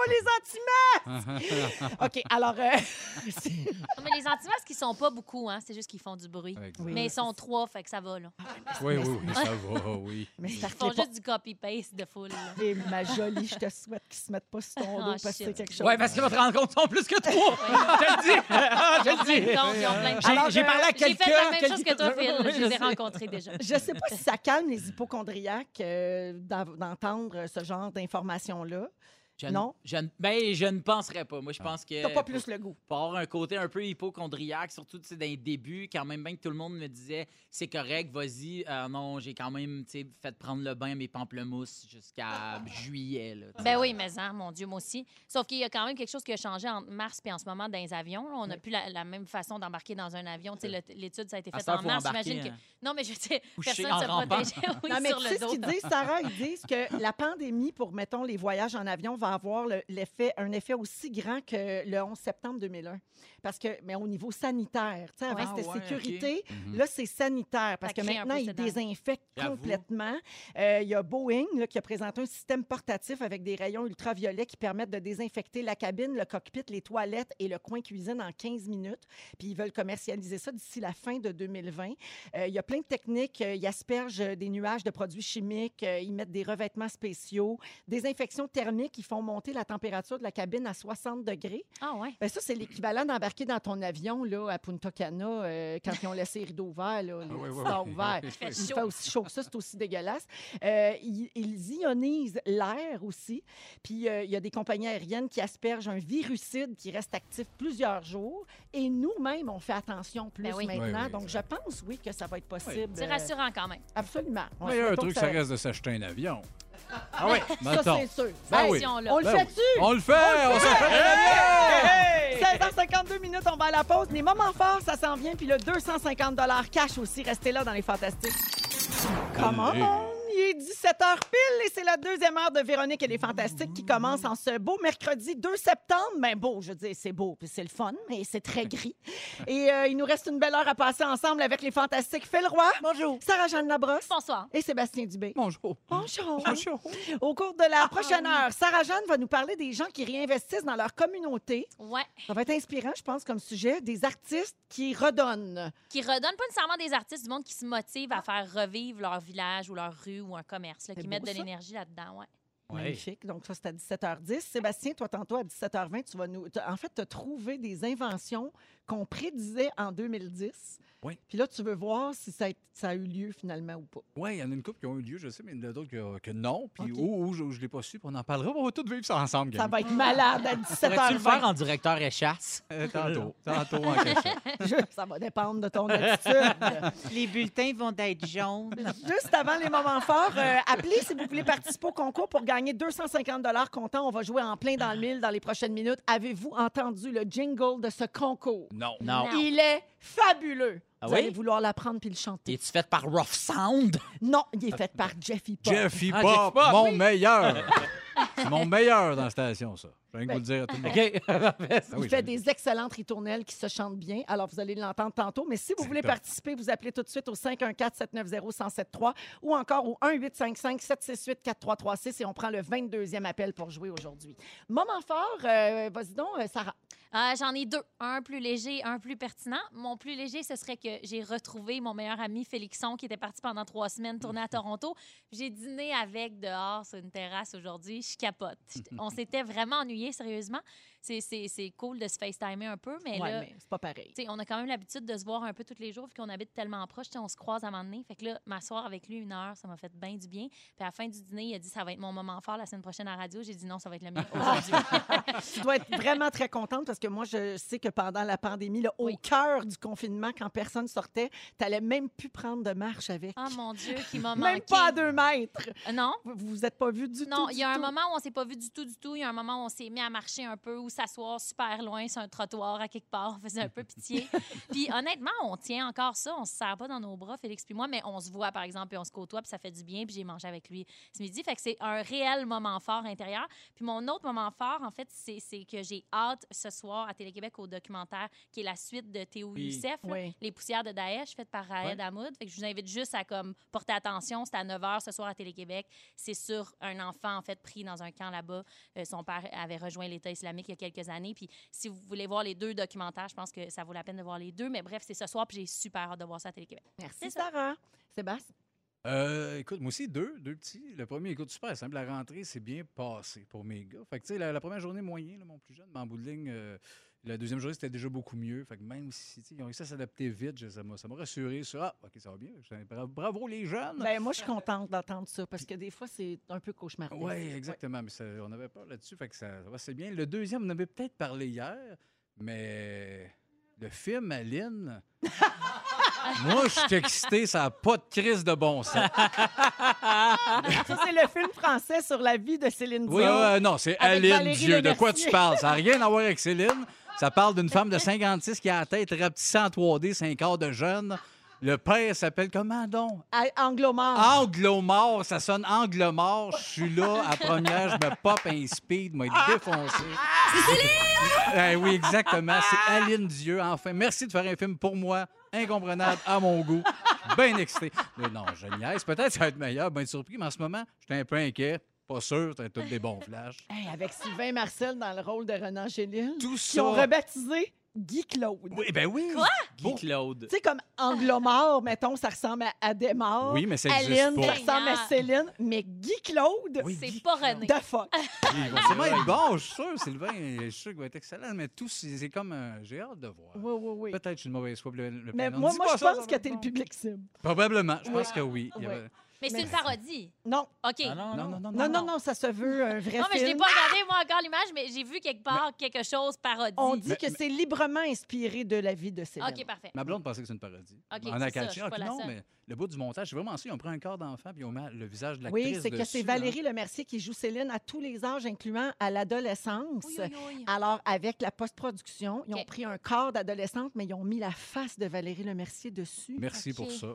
les anti-masques! OK, alors... c'est- Non, mais les anti-masques, ils sont pas beaucoup, hein. C'est juste qu'ils font du bruit. Exact. Oui. Mais ils sont 3, fait que ça va, là. Oui, ça va, oui. Mais Ils c'est font juste du copy-paste de foule, là. Et ma jolie, je te souhaite qu'ils se mettent pas sur ton dos Ah, parce que shit. c'est quelque chose. Ouais, parce que votre rencontre sont plus que 3. Je te le dis. Je le dis. Ils ont plein de J'ai- choses. J'ai parlé à J'ai quelqu'un. fait la même chose que toi, quelqu'un- Phil. Je les ai sais. rencontrés déjà. Je ne sais pas si ça calme les hypochondriaques d'entendre ce genre d'informations-là. Non? Je ne penserais pas. Moi, je pense que... T'as pas plus le goût. Pour avoir un côté un peu hypochondriaque, surtout tu sais, dans les débuts, quand même bien que tout le monde me disait c'est correct, vas-y. Non, j'ai quand même tu sais, fait prendre le bain à mes pamplemousses jusqu'à juillet. Là, tu sais. Ben oui, mais mon Dieu, moi aussi. Sauf qu'il y a quand même quelque chose qui a changé entre mars et en ce moment dans les avions. Là. On n'a plus la même façon d'embarquer dans un avion. Tu sais, l'étude, ça a été À faite cette heure, en faut mars. embarquer, J'imagine que... hein. Non, mais je sais, Couché personne en se rampant. protégeait oui, Non, mais sur tu le sais ce dos. qu'ils disent, Sarah? Ils disent que la pandémie, pour, mettons, les voyages en avion, va avoir un effet aussi grand que le 11 septembre 2001. Parce que, mais au niveau sanitaire, tu sais, avant, Ouais. c'était Ah ouais, sécurité. OK. Là, c'est sanitaire. Parce Ça que crée un maintenant, ils précédent. désinfectent J'avoue. complètement. Il y a Boeing là, qui a présenté un système portatif avec des rayons ultraviolets qui permettent de désinfecter la cabine, le cockpit, les toilettes et le coin cuisine en 15 minutes. Puis ils veulent commercialiser ça d'ici la fin de 2020. Il y a plein de techniques. Ils aspergent des nuages de produits chimiques. Ils mettent des revêtements spéciaux. Des infections thermiques qui font monter la température de la cabine à 60 degrés. Ah ouais. Ben ça, c'est l'équivalent d'embarquer dans ton avion là, à Punta Cana quand ils ont laissé les rideaux ouverts, là, les oui, oui, stores oui. ouverts. Il fait Il chaud. fait aussi chaud que ça, c'est aussi dégueulasse. Ils ionisent l'air aussi. Puis il y a des compagnies aériennes qui aspergent un virucide qui reste actif plusieurs jours. Et nous-mêmes, on fait attention plus Ben oui. maintenant. Oui, oui, Donc, je pense, oui, que ça va être possible. C'est rassurant quand même. Absolument. Le meilleur Souhaitons truc, que ça reste de s'acheter un avion. Ah oui. Ça, Mettons. c'est sûr. Ben oui. Attention-là. On le Ben oui. fait-tu? On le fait! On s'en fait un avion! 16h52 minutes, on va à la pause. Les moments forts, ça s'en vient. Puis le 250 cash aussi. Restez là dans les Fantastiques. Comment? Il est 17h pile et c'est la deuxième heure de Véronique et les Fantastiques qui commence en ce beau mercredi 2 septembre. Mais beau, je veux dire, c'est beau puis c'est le fun, mais c'est très gris. Et il nous reste une belle heure à passer ensemble avec les Fantastiques. Phil Roy. Bonjour. Sarah-Jeanne Labrosse. Bonsoir. Et Sébastien Dubé. Bonjour. Bonjour. Bonjour. Au cours de la prochaine heure, Sarah-Jeanne va nous parler des gens qui réinvestissent dans leur communauté. Ouais. Ça va être inspirant, je pense, comme sujet. Des artistes qui redonnent. Qui redonnent pas nécessairement des artistes du monde qui se motivent à faire revivre leur village ou leur rue ou un commerce, là, C'est qui beau, mettent de ça. l'énergie là-dedans. Ouais. Ouais. Magnifique. Donc, ça, c'est à 17h10. Sébastien, toi, tantôt, à 17h20, tu vas nous... En fait, tu as trouvé des inventions qu'on prédisait en 2010. Oui. Puis là, tu veux voir si ça a eu lieu finalement ou pas. Oui, il y en a une couple qui ont eu lieu, je sais, mais il y en a d'autres que non. Puis OK. je ne l'ai pas su, puis on en parlera. On va tous vivre ça ensemble, Ça gang. va être malade à Pourrais-tu le faire 17h20. en directeur échasse? Tantôt en cachette. Ça va dépendre de ton attitude. Les bulletins vont être jaunes. Juste avant les moments forts, appelez si vous voulez participer au concours pour gagner 250 comptant. On va jouer en plein dans le mille dans les prochaines minutes. Avez-vous entendu le jingle de ce concours? Non. Non. Il est fabuleux. Ah Vous oui? allez vouloir l'apprendre puis le chanter. Es-tu fait par Rough Sound? Non, il est fait par Jeffy Pop. Jeffy Ah, Pop, Jeffy Pop, mon oui. meilleur. C'est mon meilleur dans la station, ça. Je viens de vous le dire à tout le monde. OK. Parfait. Ah oui, Il fait j'aime. des excellentes ritournelles qui se chantent bien. Alors, vous allez l'entendre tantôt. Mais si vous voulez participer, vous appelez tout de suite au 514-790-1073 ou encore au 1-855-768-4336 et on prend le 22e appel pour jouer aujourd'hui. Moment fort, vas-y donc, Sarah. J'en ai deux. Un plus léger, un plus pertinent. Mon plus léger, ce serait que j'ai retrouvé mon meilleur ami Félixon qui était parti pendant 3 semaines tourner à Toronto. J'ai dîné avec dehors sur une terrasse aujourd'hui. Je capote. On s'était vraiment ennuyés, sérieusement. C'est cool de se FaceTimer un peu, mais Ouais, là... mais c'est pas pareil. T'sais, on a quand même l'habitude de se voir un peu tous les jours, vu qu'on habite tellement proche. T'sais, on se croise à un moment donné. Fait que là, m'asseoir avec lui 1 heure, ça m'a fait bien du bien. Puis à la fin du dîner, il a dit ça va être mon moment fort la semaine prochaine à la radio. J'ai dit non, ça va être le mien aujourd'hui. Tu dois être vraiment très contente parce que moi, je sais que pendant la pandémie, là, au cœur du confinement, quand personne sortait, tu n'allais même plus prendre de marche avec. Oh mon Dieu, qui m'a manqué. Même pas à 2 mètres. Non. Vous vous êtes pas vus du tout. Non, du il y a un tout. moment où on s'est pas vu du tout. Il y a un moment où on s'est mis à marcher un peu ou s'asseoir super loin sur un trottoir à quelque part. On faisait un peu pitié. Puis honnêtement, on tient encore ça. On se serre pas dans nos bras, Félix puis moi, mais on se voit, par exemple, puis on se côtoie, puis ça fait du bien. Puis j'ai mangé avec lui ce midi. Fait que c'est un réel moment fort intérieur. Puis mon autre moment fort, en fait, c'est que j'ai hâte ce soir à Télé-Québec au documentaire qui est la suite de Théo Youssef, là, Oui. Les poussières de Daesh, faites par Raed Hamoud. Fait que je vous invite juste à comme, porter attention. C'est à 9h ce soir à Télé-Québec. C'est sur un enfant, en fait, pris dans un camp là-bas. Son père avait rejoint l'État islamique il y a quelques années. Puis si vous voulez voir les 2 documentaires, je pense que ça vaut la peine de voir les 2. Mais bref, c'est ce soir, puis j'ai super hâte de voir ça à Télé-Québec. Merci, C'est ça. Sarah. Sébastien? Écoute, moi aussi, deux petits. Le premier, écoute, super simple. La rentrée, c'est bien passé pour mes gars. Fait que, tu sais, la première journée, moyen, là, mon plus jeune, mais en bout de ligne, la deuxième journée, c'était déjà beaucoup mieux. Fait que même si ils ont réussi à s'adapter vite, ça m'a rassuré sur OK, ça va bien. Bravo les jeunes! Ben, moi, je suis contente d'entendre ça parce que des fois, c'est un peu cauchemardesque. Oui, exactement. Mais on avait peur là-dessus. Fait que ça va, c'est bien. Le deuxième, on avait peut-être parlé hier, mais le film Aline. Moi, je suis excité, ça n'a pas de crise de bon sens. Ça, c'est le film français sur la vie de Céline Dion. Oui, non, c'est Avec Aline Valérie Dieu. De quoi Lemercier. tu parles? Ça n'a rien à voir avec Céline. Ça parle d'une femme de 56 qui a la tête rapetissée en 3D, 5 quarts de jeune. Le père s'appelle comment donc? Anglo-mort. Anglomort, ça sonne Anglomort. Je suis là, à première, je me pop un speed, m'a défoncé. Oui, exactement. C'est Aline Dieu, enfin. Merci de faire un film pour moi, incomprenable, à mon goût. Bien excité. Mais non, je niaise. Peut-être que ça va être meilleur, bien surpris, mais en ce moment, j'étais un peu inquiet. Pas sûr, t'as tous des bons flashs. Hey, avec Sylvain Marcel dans le rôle de Renan Gélil, Tout qui ça. ont rebaptisé Guy Claude. Oui, ben oui. Quoi? Guy Claude. Tu sais, comme Anglomort, mettons, ça ressemble à Adémar. Oui, mais ça existe Aline, pas. ça ressemble à Céline. Mais Guy Claude, Oui, C'est Guy pas René. the fuck. Il va sûrement être bon, je suis sûr. Sylvain, je suis sûr qu'il va être excellent. Mais tout, c'est comme. J'ai hâte de voir. Oui, oui, oui. Peut-être que je suis une mauvaise foi. Le Mais prénom. moi, Dis moi pas je ça, ça pense va que être t'es le bon. public cible. Probablement. Je pense Oui. que oui. Il y Oui. avait- Mais c'est une parodie. Non, OK. Ah non, non, ça se veut un vrai Non, mais je film. l'ai pas regardé, moi, encore l'image, mais j'ai vu quelque part quelque chose parodie. On dit Mais- que c'est librement inspiré de la vie de Céline. OK, parfait. Ma blonde pensait que c'est une parodie. OK, On a c'est ça, catché. je suis pas la non, seule. mais le bout du montage, c'est vraiment ça. Ils ont pris un corps d'enfant puis ils ont mis le visage de l'actrice Oui, c'est que c'est dessus, Valérie Lemercier qui joue Céline à tous les âges, incluant à l'adolescence. Oui, oui, oui. Alors, avec la post-production, ils ont OK. pris un corps d'adolescente, mais ils ont mis la face de Valérie Lemercier dessus. Merci OK. pour ça.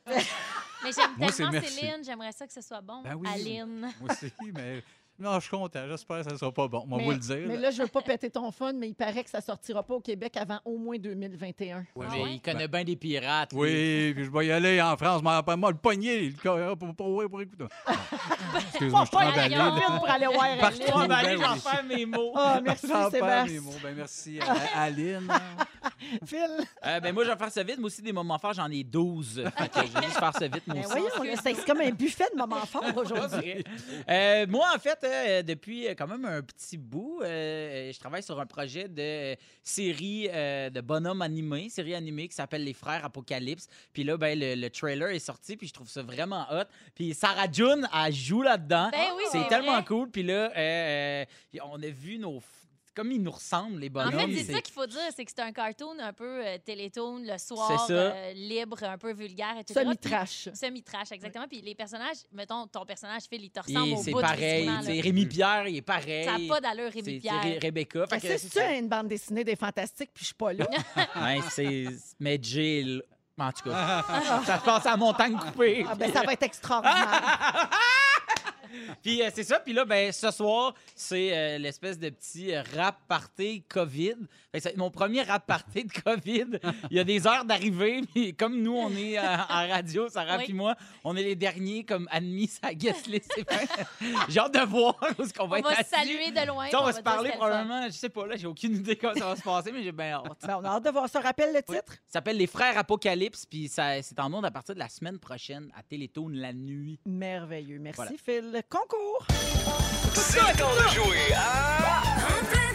Mais j'aime Moi, c'est tellement merci. Céline, j'aimerais ça que ce soit bon. Ben oui. Aline. Moi aussi, mais. Non, je suis content. J'espère que ça ne sera pas bon. On va Mais- vous le dire. Mais là, je veux pas péter ton fun, mais il paraît que ça sortira pas au Québec avant au moins 2021. Oui, Ah mais ouais? il connaît bien des pirates. lui. Oui, puis je vais y aller en France. Mais pas moi le poignet pour écouter. Excuse-moi, je suis Pas emballé. Voyons. vite pour aller voir Partout. Aline. On va aller, Ben j'en oui. faire mes mots. Ah, merci J'en perds mes Sébastien. mots. Ben, merci à Aline. Phil. Ben moi, je vais faire ça vite. Moi aussi, des moments forts, j'en ai 12. Fait que je vais juste faire ça vite, moi Ben aussi. voyons, c'est comme un buffet de moments forts aujourd'hui. Moi, en fait, depuis quand même un petit bout, je travaille sur un projet de série de bonhomme animé, série animée qui s'appelle Les Frères Apocalypse. Puis là, ben, le trailer est sorti, puis je trouve ça vraiment hot. Puis Sarah June, elle joue là-dedans. Ben oui, c'est c'est tellement vrai. cool. Puis là, on a vu nos... Comme ils nous ressemblent, les En bonhommes. fait, c'est ça qu'il faut dire, c'est que c'est un cartoon un peu télétoon le C'est soir, ça. libre, un peu vulgaire, etc. Semi-trash. Semi-trash, exactement. Puis les personnages, mettons, ton personnage, Phil, il te ressemble au C'est bout pareil. physiquement, là. Tu sais, Rémi Pierre, il est pareil. Ça n'a pas d'allure, C'est Rémi Pierre. Rebecca. Fait que C'est ça, une bande dessinée des Fantastiques, puis je suis pas là. Ouais, mais Jill. En tout cas, ça se passe à la montagne coupée. Ah ben, ça va être extraordinaire. Puis c'est ça. Puis là, ben, ce soir, c'est l'espèce de petit rap party COVID. Fait que c'est mon premier rap party de COVID. Il y a des heures d'arrivée. Puis comme nous, on est en radio, Sarah Oui. puis moi, on est les derniers comme admis sa guest list. J'ai hâte de voir où est-ce qu'on va On être va assis. se saluer de loin. Tu sais, on puis va se dire parler c'était le fun. probablement, je sais pas, là, j'ai aucune idée comment ça va se passer, mais j'ai bien hâte. Ben, on a hâte de voir ça. Rappelle le Oui. titre? Ça s'appelle Les Frères Apocalypse, puis c'est en ondes à partir de la semaine prochaine à Télétoon la nuit. Merveilleux. Merci, Voilà. Phil. Concours. C'est le temps de jouer à... En plein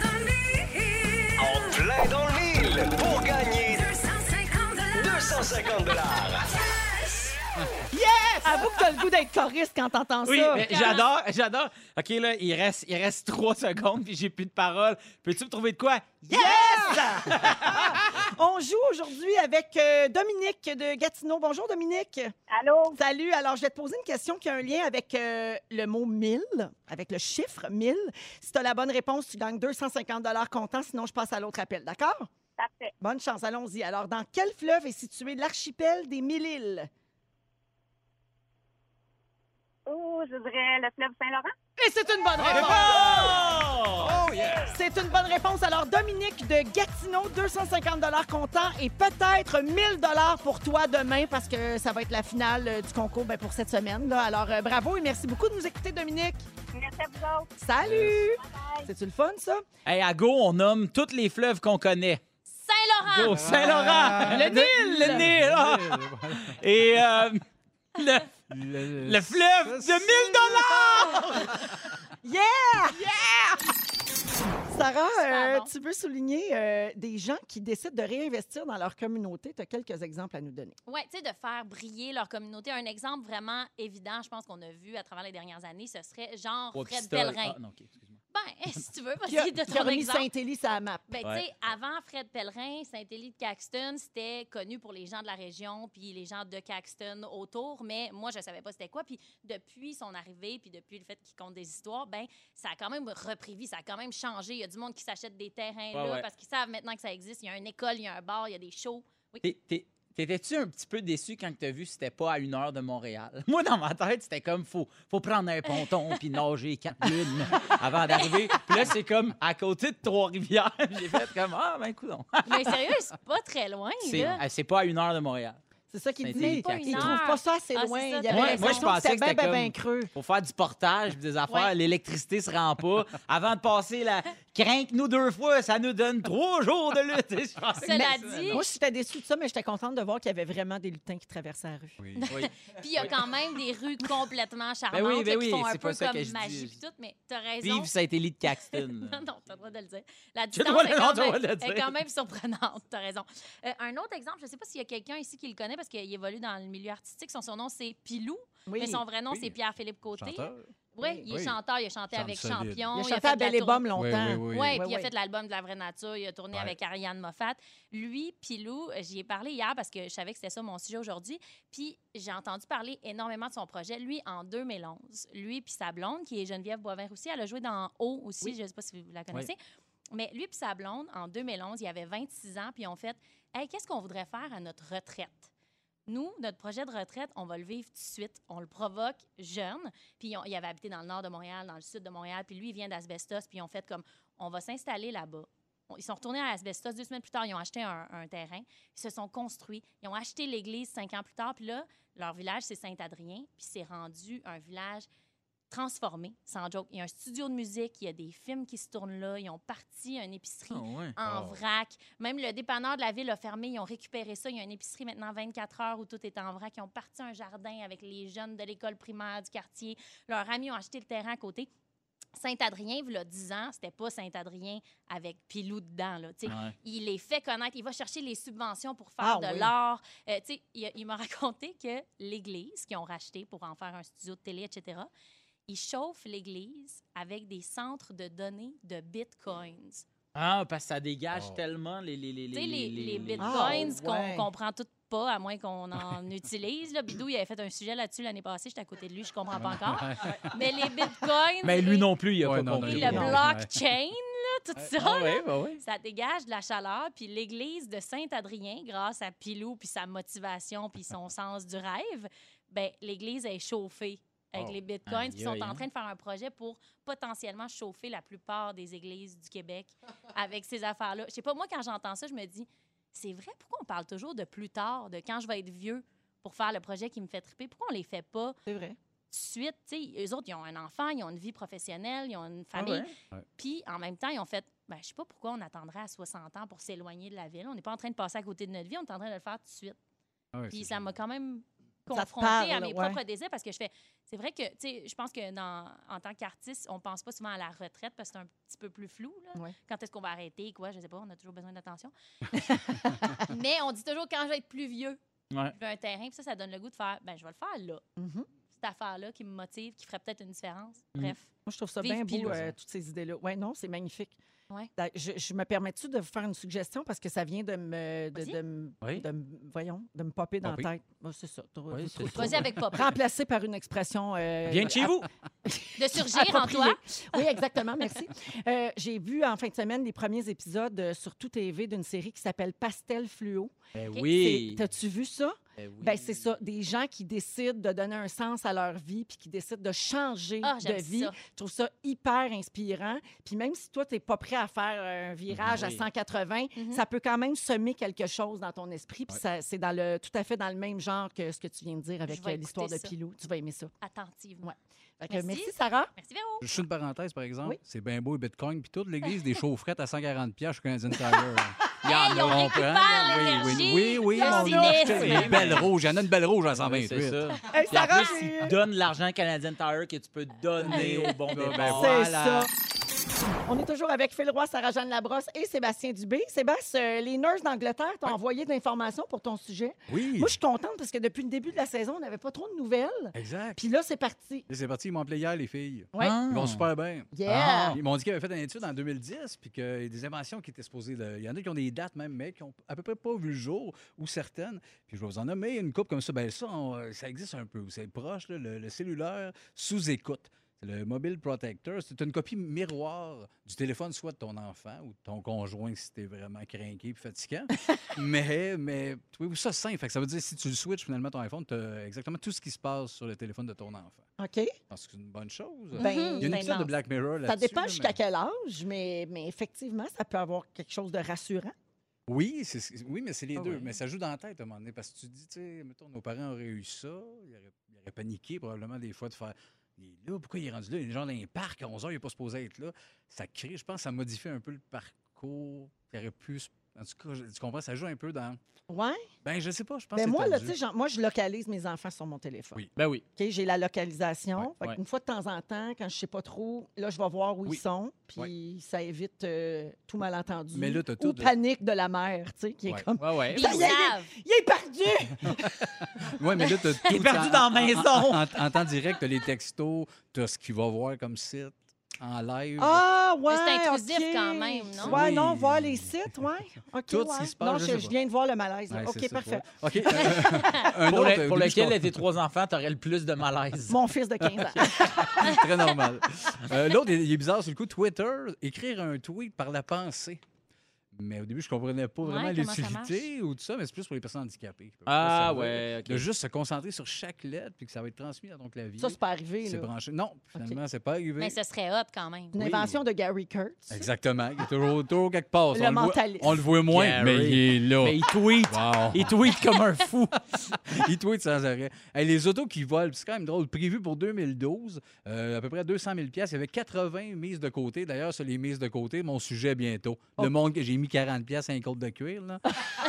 dans le mille pour gagner 250 $. Yes! Avoue que t'as le goût d'être choriste quand t'entends Oui, ça. mais j'adore. OK, là, il reste 3 secondes, puis j'ai plus de paroles. Peux-tu me trouver de quoi? Yes! On joue aujourd'hui avec Dominique de Gatineau. Bonjour, Dominique. Allô? Salut. Alors, je vais te poser une question qui a un lien avec le mot 1000, avec le chiffre 1000. Si tu as la bonne réponse, tu gagnes 250 $ comptant. Sinon, je passe à l'autre appel. D'accord? Parfait. Bonne chance. Allons-y. Alors, dans quel fleuve est situé l'archipel des 1000 îles? Oh, je dirais le fleuve Saint-Laurent. Et c'est une bonne réponse. Oh, yeah! C'est une bonne réponse. Alors, Dominique de Gatineau, 250 $ comptant et peut-être 1000 $ pour toi demain parce que ça va être la finale du concours pour cette semaine. Là. Alors, bravo et merci beaucoup de nous écouter, Dominique. Merci à vous autres. Salut! Bye. C'est-tu le fun, ça? Hey, à Go, on nomme tous les fleuves qu'on connaît. Saint-Laurent! Go, Saint-Laurent! Le Nil! Le Nil! Ah! Et le fleuve de 1000 $! Sarah, Super bon. tu veux souligner des gens qui décident de réinvestir dans leur communauté. Tu as quelques exemples à nous donner. Oui, tu sais, de faire briller leur communauté. Un exemple vraiment évident, je pense qu'on a vu à travers les dernières années, ce serait genre Fred Pistol. Pellerin. Ah, non, OK, excuse-moi. Ben, si tu veux, Qui a, vas-y de qui a ton remis exemple. Saint-Élie sur la map. Ben, Ouais. tu sais, avant Fred Pellerin, Saint-Élie de Caxton, c'était connu pour les gens de la région puis les gens de Caxton autour, mais moi, je savais pas c'était quoi. Puis depuis son arrivée, puis depuis le fait qu'il compte des histoires, ben ça a quand même repris vie, ça a quand même changé. Il y a du monde qui s'achète des terrains là ouais. parce qu'ils savent maintenant que ça existe. Il y a une école, il y a un bar, il y a des shows. Oui. T'étais-tu un petit peu déçu quand t'as vu que c'était pas à 1 heure de Montréal? Moi, dans ma tête, c'était comme, faut prendre un ponton puis nager 4 lunes avant d'arriver. Puis là, c'est comme à côté de Trois-Rivières. J'ai fait comme, ah, ben, coudonc. Mais sérieux, c'est pas très loin, là. C'est pas à 1 heure de Montréal. C'est ça qu'il Saint-Élie dit. de Il Caxton. trouve pas ça assez Ah, loin. c'est ça, Il y t'as avait raison. Moi, je pensais que c'était ben comme... creux. Faut faire du portage puis des affaires. Ouais. L'électricité se rend pas. Avant de passer la crinque-nous 2 fois, ça nous donne 3 jours de lutte. Je pensais que Cela c'était dit- ça. Moi, j'étais déçue de ça, mais j'étais contente de voir qu'il y avait vraiment des lutins qui traversaient la rue. Oui. Oui. Puis il y a quand même des rues complètement charmantes Ben oui, là, qui oui, font un c'est peu pas ça comme que je dis. magie puis tout, mais t'as raison. Vive Saint-Élie de Caxton. Non, non, t'as le droit de le dire. La J'ai le distance droit de- est, non, quand t'as le droit même, de le dire. est quand même surprenante, t'as raison. Un autre exemple, je sais pas s'il y a quelqu'un ici qui le connaît parce qu'il évolue dans le milieu artistique. Son surnom, c'est Pilou, Oui. mais son vrai nom, Oui. c'est Pierre-Philippe Côté. Chanteur. Oui, il est Oui. chanteur, il a chanté Chante avec solide. Champion. Il a fait chanté à de la Belle et tournée- Bomme longtemps. Oui. Oui, Ouais, puis il a ouais. fait l'album de la vraie nature. Il a tourné Ouais. avec Ariane Moffat. Lui, Pilou, j'y ai parlé hier parce que je savais que c'était ça mon sujet aujourd'hui. Puis j'ai entendu parler énormément de son projet. Lui, en 2011, lui puis sa blonde, qui est Geneviève Boivin-Roussy, elle a joué dans O aussi. Oui. Je ne sais pas si vous la connaissez. Mais lui puis sa blonde, en 2011, il avait 26 ans, puis ils ont fait « Hey, qu'est-ce qu'on voudrait faire à notre retraite? » Nous, notre projet de retraite, on va le vivre tout de suite. On le provoque jeune. Puis il avait habité dans le nord de Montréal, dans le sud de Montréal. Puis lui, il vient d'Asbestos. Puis ils ont fait comme, on va s'installer là-bas. Ils sont retournés à Asbestos 2 semaines plus tard. Ils ont acheté un terrain. Ils se sont construits. Ils ont acheté l'église 5 ans plus tard. Puis là, leur village, c'est Saint-Adrien. Puis c'est rendu un village transformé, sans joke. Il y a un studio de musique, il y a des films qui se tournent là. Ils ont parti une épicerie Ah ouais. en vrac. Même le dépanneur de la ville a fermé. Ils ont récupéré ça. Il y a une épicerie maintenant 24 heures où tout est en vrac. Ils ont parti un jardin avec les jeunes de l'école primaire du quartier. Leurs amis ont acheté le terrain à côté. Saint-Adrien, il y a 10 ans, c'était pas Saint-Adrien avec Pilou dedans. Là, tu sais. Ouais. Il les fait connaître. Il va chercher les subventions pour faire Ah de oui. l'art. Tu sais, il m'a raconté que l'église qu'ils ont racheté pour en faire un studio de télé, etc., ils chauffent l'église avec des centres de données de bitcoins. Ah, parce que ça dégage Oh. tellement les Tu sais, les bitcoins Ah, ouais. qu'on comprend toutes pas, à moins qu'on en utilise. Là. Bidou, il avait fait un sujet là-dessus l'année passée. J'étais à côté de lui, je comprends pas encore. Mais les bitcoins Mais lui et- non plus, il a Ouais, pas non, compris. et non, le non. blockchain, là, tout ça, Ah oui, bah oui. ça dégage de la chaleur. Puis l'église de Saint-Adrien, grâce à Pilou, puis sa motivation, puis son sens du rêve, ben l'église est chauffée avec Oh. les bitcoins, puis ils sont Aïe, en aïe, train de faire un projet pour potentiellement chauffer la plupart des églises du Québec avec ces affaires-là. Je sais pas, moi, quand j'entends ça, je me dis, c'est vrai, pourquoi on parle toujours de plus tard, de quand je vais être vieux pour faire le projet qui me fait triper? Pourquoi on les fait pas C'est vrai. suite? Tu sais, eux autres, ils ont un enfant, ils ont une vie professionnelle, ils ont une famille. ouais. Puis, en même temps, ils ont fait, ben, je sais pas pourquoi on attendrait à 60 ans pour s'éloigner de la ville. On n'est pas en train de passer à côté de notre vie, on est en train de le faire tout de suite. Ah ouais, Puis c'est ça m'a quand même Ça te confrontée parle, à mes ouais. propres désirs parce que je fais. C'est vrai que, tu sais, je pense que en tant qu'artiste, on pense pas souvent à la retraite parce que c'est un petit peu plus flou. Là. Ouais. Quand est-ce qu'on va arrêter, quoi, je sais pas, on a toujours besoin d'attention. Mais on dit toujours quand je vais être plus vieux, Ouais. je veux un terrain, puis ça donne le goût de faire, ben je vais le faire là. Mhm. Cette affaire-là qui me motive, qui ferait peut-être une différence. Mm. Bref. Moi, je trouve ça Vive bien beau, Pilou. toutes ces idées-là. Oui, non, c'est magnifique. Ouais. Je me permets-tu de vous faire une suggestion parce que ça vient de me, Vas-y. Oui. de me popper dans Popper. la tête. Ouais, c'est ça. Oui, c'est ça. Vas-y avec Pop. Remplacé par une expression. Viens de chez vous. De surgir en appropriée. toi. Oui, exactement, merci. J'ai vu en fin de semaine les premiers épisodes sur Tout TV d'une série qui s'appelle Pastel Fluo. Ben OK. oui. T'as-tu vu ça? Ben oui. Ben c'est ça, des gens qui décident de donner un sens à leur vie puis qui décident de changer Ah, de j'aime vie. ça. Je trouve ça hyper inspirant. Puis même si toi, tu n'es pas prêt à faire un virage à Oui. 180, Mhm. ça peut quand même semer quelque chose dans ton esprit. Puis Ouais. c'est tout à fait dans le même genre que ce que tu viens de dire avec Je vais l'histoire de écouter ça. Pilou. Tu vas aimer ça. Attentivement. Ouais. Fait que Merci. merci, Sarah. Merci, Véro. Juste une parenthèse, par exemple. Oui. C'est bien beau, le Bitcoin. Puis toute l'église des chaufferettes à 140$ chez Canadian Tire. Hey, on On récupère prend. l'énergie, Oui, le on a cynisme. acheté une belle rouge. Il y en a une belle rouge à Oui, 128. c'est ça. Hey, Puis en Sarah, plus, ils te donnent l'argent Canadian Tire que tu peux donner au bon Ben, départ. c'est voilà. ça. On est toujours avec Phil Roy, Sarah-Jeanne Labrosse et Sébastien Dubé. Sébastien, les nurses d'Angleterre t'ont envoyé de l'information pour ton sujet. Oui, Moi, je suis contente parce que depuis le début de la saison, on n'avait pas trop de nouvelles. exact. Puis là, c'est parti. Et c'est parti, ils m'ont appelé hier, les filles. Ouais. Ah. Ils vont super bien. Yeah! Ils m'ont dit qu'ils avaient fait une étude en 2010, puis qu'il y a des inventions qui étaient supposées. Il y en a qui ont des dates même, mais qui ont à peu près pas vu le jour, ou certaines. Puis je vais vous en nommer une couple comme ça. Ben ça, ça existe un peu. C'est proche, là, le cellulaire sous écoute. C'est le Mobile Protector. C'est une copie miroir du téléphone, soit de ton enfant ou de ton conjoint si t'es vraiment craqué et fatigant. mais trouvez-vous ça simple? Fait que ça veut dire si tu le switches finalement ton iPhone, tu as exactement tout ce qui se passe sur le téléphone de ton enfant. OK. Je pense que c'est une bonne chose. Ben, Il y a une ben épisode non. de Black Mirror là-dessus. Ça dépend là, jusqu'à mais- quel âge, mais effectivement, ça peut avoir quelque chose de rassurant. Oui, oui, mais c'est les Ah deux. ouais. Mais ça joue dans la tête à un moment donné. Parce que tu te dis, tu sais, mettons, nos parents auraient eu ça, ils auraient paniqué probablement des fois de faire. Il est là, pourquoi il est rendu là? Il est genre dans un parc à 11 h, il n'est pas supposé être là. Ça crée, je pense, ça modifie un peu le parcours. Il aurait pu. En tout cas, tu comprends, ça joue un peu dans. Ouais. Ben, je sais pas, je pense Ben que moi, c'est là, tendu. tu sais, moi, je localise mes enfants sur mon téléphone. Oui. Ben oui. OK, j'ai la localisation. Ouais, Fait ouais. Une fois de temps en temps, quand je sais pas trop, là, je vais voir où Oui. ils sont. Puis ça évite tout malentendu. Mais là, t'as ou tout. panique de la mère, tu sais, qui est Ouais. comme... Ouais, ouais. Ils Ça y est, savent. Il est perdu! Oui, mais là, tu Il est perdu dans la maison. En temps direct, tu as les textos, tu as ce qu'il va voir comme site en live. Ah, ouais, Mais c'est intrusif OK. quand même, non? Ouais, Oui. non, voir les sites, ouais. OK, Tout ce ouais. qui se passe, Non, je sais je pas. viens de voir le malaise. là. Ouais, c'est OK, ça, parfait. tu vois. OK. Un Pour, autre, pour au début, je lequel tes 3 enfants, t'aurais le plus de malaise. Mon fils de 15 ans. Très normal. L'autre, il est bizarre sur le coup. Twitter, écrire un tweet par la pensée. Mais au début, je comprenais pas Ouais, vraiment comment ça l'utilité ou tout ça, mais c'est plus pour les personnes handicapées. qui peuvent Ah, pas savoir. ouais, OK. De juste se concentrer sur chaque lettre puis que ça va être transmis dans ton clavier. Ça, c'est pas arrivé, C'est là. branché. Non, finalement, c'est pas arrivé. Mais ce serait hot quand même. Une Oui. invention de Gary Kurtz. Exactement. Il est toujours quelque part. Le on, mentaliste. on le voit moins, Gary. mais il est là. Mais il tweet. Wow. Il tweet comme un fou. Il tweet sans arrêt. Hey, les autos qui volent, c'est quand même drôle. Prévu pour 2012, à peu près 200 000 $. Il y avait 80 mises de côté. D'ailleurs, sur les mises de côté, mon sujet bientôt. Le monde que j'ai mis 40 $, un côte de cuir. Là.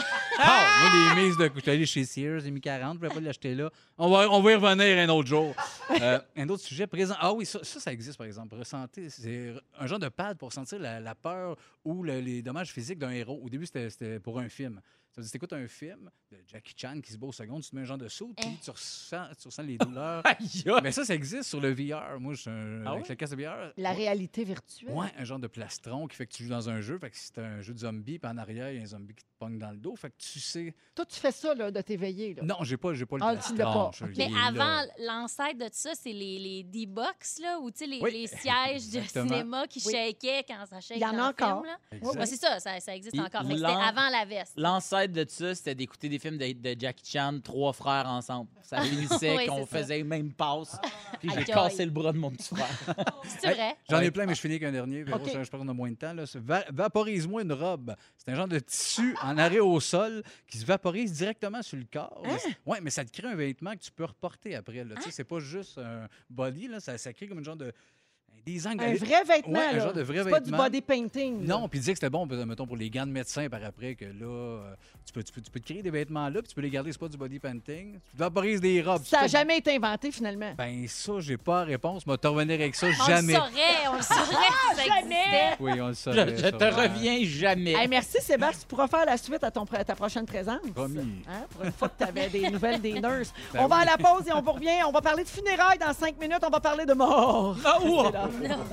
Moi, les mises de côté. Je suis allé chez Sears, j'ai mis 40. Je ne pouvais pas l'acheter là. On va y revenir un autre jour. Un autre sujet présent. Ah oui, ça existe, par exemple. Ressentir, c'est un genre de pad pour sentir la peur ou les dommages physiques d'un héros. Au début, c'était pour un film. Ça veut dire, tu écoutes un film de Jackie Chan qui se bat au second, tu te mets un genre de saut, puis tu ressens les douleurs. Aïe, aïe. Mais ça existe sur le VR. Moi, je suis Ah avec ouais? le casque de VR. La réalité virtuelle. Ouais, un genre de plastron qui fait que tu joues dans un jeu. Fait que si c'est un jeu de zombie, puis en arrière, il y a un zombie qui te pogne dans le dos. Fait que tu sais. Toi, tu fais ça, là, de t'éveiller, là. Non, j'ai pas le Ah, tu l'as plastron. pas. Il Mais est là. avant, l'ancêtre de tout ça, c'est les D-Box, là, ou tu sais, Oui, les sièges de exactement. cinéma qui Oui. shakaient quand ça shake Il y en dans a le film, encore. là. Exact. Ouais, c'est ça, ça existe Il- encore. Fait que c'était l'an- avant la veste. L'ancêtre ancêtres de ça, c'était d'écouter des films de Jackie Chan, 3 frères ensemble. Ça finissait Oui, qu'on c'est ça. faisait même passe. Puis j'ai Aïe, cassé aïe. le bras de mon petit frère. C'est vrai? J'en ai plein, mais je finis avec un dernier. Véro, OK. je pense qu'on a moins de temps. Là. Vaporise-moi une robe. C'est un genre de tissu en arrêt au sol qui se vaporise directement sur le corps. Oui, mais ça te crée un vêtement que tu peux reporter après. Là. Tu sais, c'est pas juste un body. Là. Ça crée comme un genre de... Des angles. Un vrai vêtement, Ouais, un là. genre de vrai C'est pas du vêtement. body painting. là. Non, puis il disait que c'était bon, mettons, pour les gants de médecin par après, que là, tu peux te créer des vêtements là, puis tu peux les garder, c'est pas du body painting. Tu vaporises des robes. Ça n'a c'est pas- jamais été inventé, finalement. Ben ça, j'ai pas la réponse. Mais te revenir avec ça, On jamais. le saurait si ça existait. Oui, on le Je, saurait. je ça, te ouais. reviens jamais. Hey, merci, Sébastien. Tu pourras faire la suite à ta prochaine présence. Promis. Hein, pour une fois que tu avais des nouvelles des nurses. Ben on va oui. à la pause et on vous revient. On va parler de funérailles dans 5 minutes. On va parler de mort. Ah, ouah! C'est là.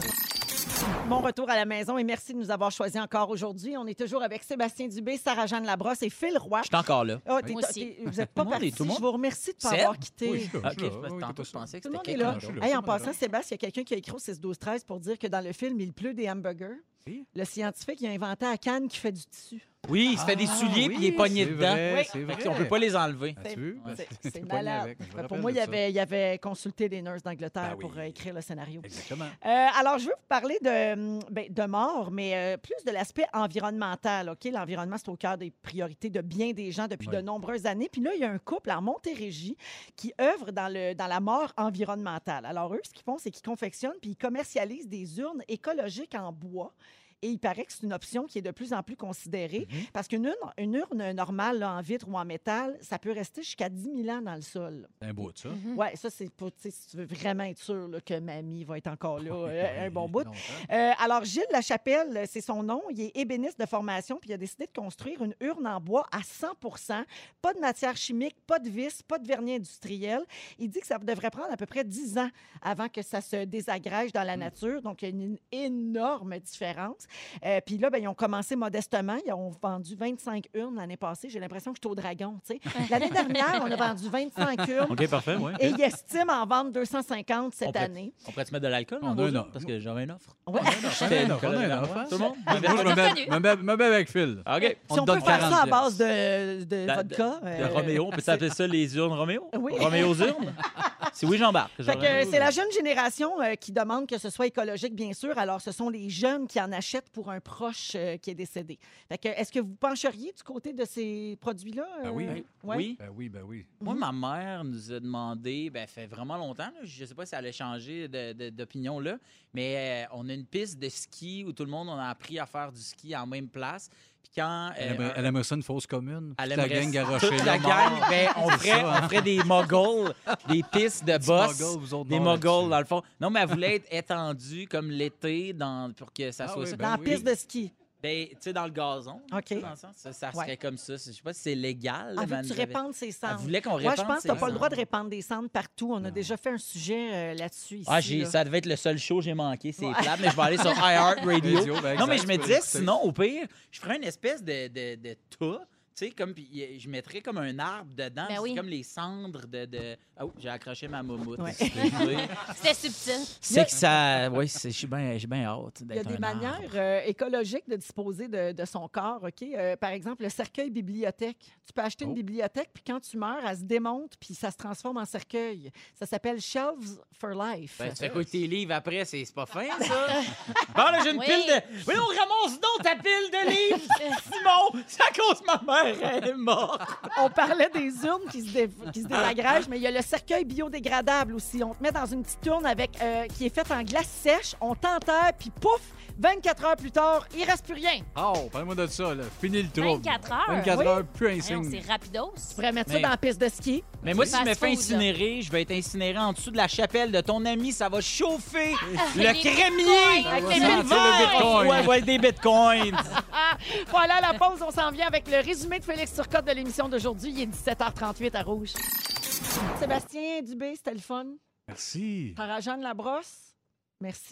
Bon retour à la maison et merci de nous avoir choisis encore aujourd'hui. On est toujours avec Sébastien Dubé, Sarah-Jeanne Labrosse et Phil Roy. Je suis encore là. Oh, Moi aussi. vous n'êtes pas Tout le monde est- partis. tout le monde- Je vous remercie de ne pas Seb? avoir quitté. Oui, je suis là, OK, je suis là. Oui, tantôt, t'es je pas pensais que Tout le c'était monde est là. je suis quelqu'un là. Hey, en tout le monde est passant, là. Sébastien, il y a quelqu'un qui a écrit au 6-12-13 pour dire que dans le film, il pleut des hamburgers. Oui. Le scientifique, il a inventé à Cannes qui fait du tissu. Oui, il se fait des souliers puis il est pogné c'est dedans. vrai, Oui. c'est Fait vrai. qu'on peut pas les enlever. As-tu vu? C'est- T'es C'est pogné malade. avec, mais je me Pour rappelle moi, de ça. il avait consulté les nurses d'Angleterre Ben pour oui. écrire le scénario. Exactement. Alors, je veux vous parler de mort, mais plus de l'aspect environnemental. OK? L'environnement, c'est au cœur des priorités de bien des gens depuis Oui. de nombreuses années. Puis là, il y a un couple en Montérégie qui œuvre dans la mort environnementale. Alors, eux, ce qu'ils font, c'est qu'ils confectionnent puis ils commercialisent des urnes écologiques en bois. Et il paraît que c'est une option qui est de plus en plus considérée parce qu'une urne normale là, en vitre ou en métal, ça peut rester jusqu'à 10 000 ans dans le sol. C'est un bout de ça. Oui, ça, c'est pour, tu sais, si tu veux vraiment être sûr là, que mamie va être encore là un bon Oui, bout. longtemps. Alors, Gilles Lachapelle, c'est son nom. Il est ébéniste de formation, puis il a décidé de construire une urne en bois à 100 pas de matière chimique, pas de vis, pas de vernis industriel. Il dit que ça devrait prendre à peu près 10 ans avant que ça se désagrège dans la nature. Donc, il y a une énorme différence. Puis là, ben, ils ont commencé modestement. Ils ont vendu 25 urnes l'année passée. J'ai l'impression que je suis au dragon, tu sais. L'année dernière, on a vendu 25 urnes. OK, parfait, ouais. Et il estime en vendre 250 cette On peut- année. On pourrait te mettre de l'alcool On dans a vos un urnes? offre. Parce que j'aurais une offre. Ouais. J'étais on a Nicolas un Delarue. offre, hein? Tout le monde? Moi, je me mets avec Phil. OK. Si on te donne peut faire ça à 40 base de vodka. De Roméo, on peut s'appeler ça les urnes Roméo? Oui. Roméo aux urnes? Si oui, j'embarque. Fait que c'est la jeune génération qui demande que ce soit écologique, bien sûr. Alors, ce sont les jeunes qui en achètent pour un proche qui est décédé. Fait que, est-ce que vous pencheriez du côté de ces produits-là? Ben oui. Ouais. Oui. Ben oui, ben oui. Moi, ma mère nous a demandé, ben, fait vraiment longtemps, là, je ne sais pas si elle a changé d'opinion là, mais on a une piste de ski où tout le monde on a appris à faire du ski en même place. Puis quand Elle aimerait ça une fausse commune. elle Toute la aimerait gang toute garochée la là, gang, mort. ben, on ferait des moguls, des pistes de boss. Moguls, vous autres, Des non, moguls, là-dessus. dans le fond. Non, mais elle voulait être étendue comme l'été pour que ça Ah soit oui, ça. ben Dans la oui. piste de ski. Ben, tu sais, dans le gazon. OK. Dans le sens, ça serait Ouais. comme ça. Je sais pas si c'est légal. Elle mais veut que elle tu nous avait- répandes ces Elle cendres. voulait qu'on Moi, répande je pense que tu n'as ses pas le droit de cendres. répandre des cendres partout. On a déjà fait un sujet là-dessus ici. Ah, là. ça devait être le seul show que j'ai manqué. C'est Ouais. plate, mais je vais aller sur iHeartRadio. Radio, ben Non, mais exact, je me tu peux disais, l'écouter. sinon, au pire, je ferais une espèce de tas. Tu sais, comme, puis je mettrais comme un arbre dedans. Ben c'est oui. comme les cendres de... Oh, j'ai accroché ma moumoute. Ouais. Excusez. C'était subtil. C'est que ça... Oui, j'ai bien hâte Il y a d'être des un manières arbre. écologiques de disposer de son corps. OK? Par exemple, le cercueil bibliothèque. Tu peux acheter une Oh. bibliothèque, puis quand tu meurs, elle se démonte, puis ça se transforme en cercueil. Ça s'appelle Shelves for Life. Ben, tu fais quoi tes livres après? C'est pas fin, ça? Bon, là, j'ai une Oui. pile de... Oui, on ramasse donc ta pile de livres, Simon! C'est à cause de ma mère, elle est morte. On parlait des urnes qui se désagrègent, mais il y a le cercueil biodégradable aussi. On te met dans une petite urne avec, qui est faite en glace sèche, on t'enterre, puis pouf, 24 heures plus tard, il reste plus rien. Oh, parle-moi de ça, là. Fini le trouble. 24 heures? 24 Oui. heures, plus un Voyons, signe. c'est rapidos. Tu pourrais mettre ça Mais- dans la piste de ski. Mais moi, si je me Fast fais food, incinérer, je vais être incinéré en dessous de la chapelle de ton ami. Ça va chauffer le Les crémier bitcoins. Avec va les sentir mille le verres. bitcoin. Ouais, ouais, des bitcoins. Voilà, à la pause, on s'en vient avec le résumé de Félix Turcotte de l'émission d'aujourd'hui. Il est 17h38 à Rouge. Sébastien Dubé, c'était le fun. Merci. Sarah-Jeanne Labrosse, merci.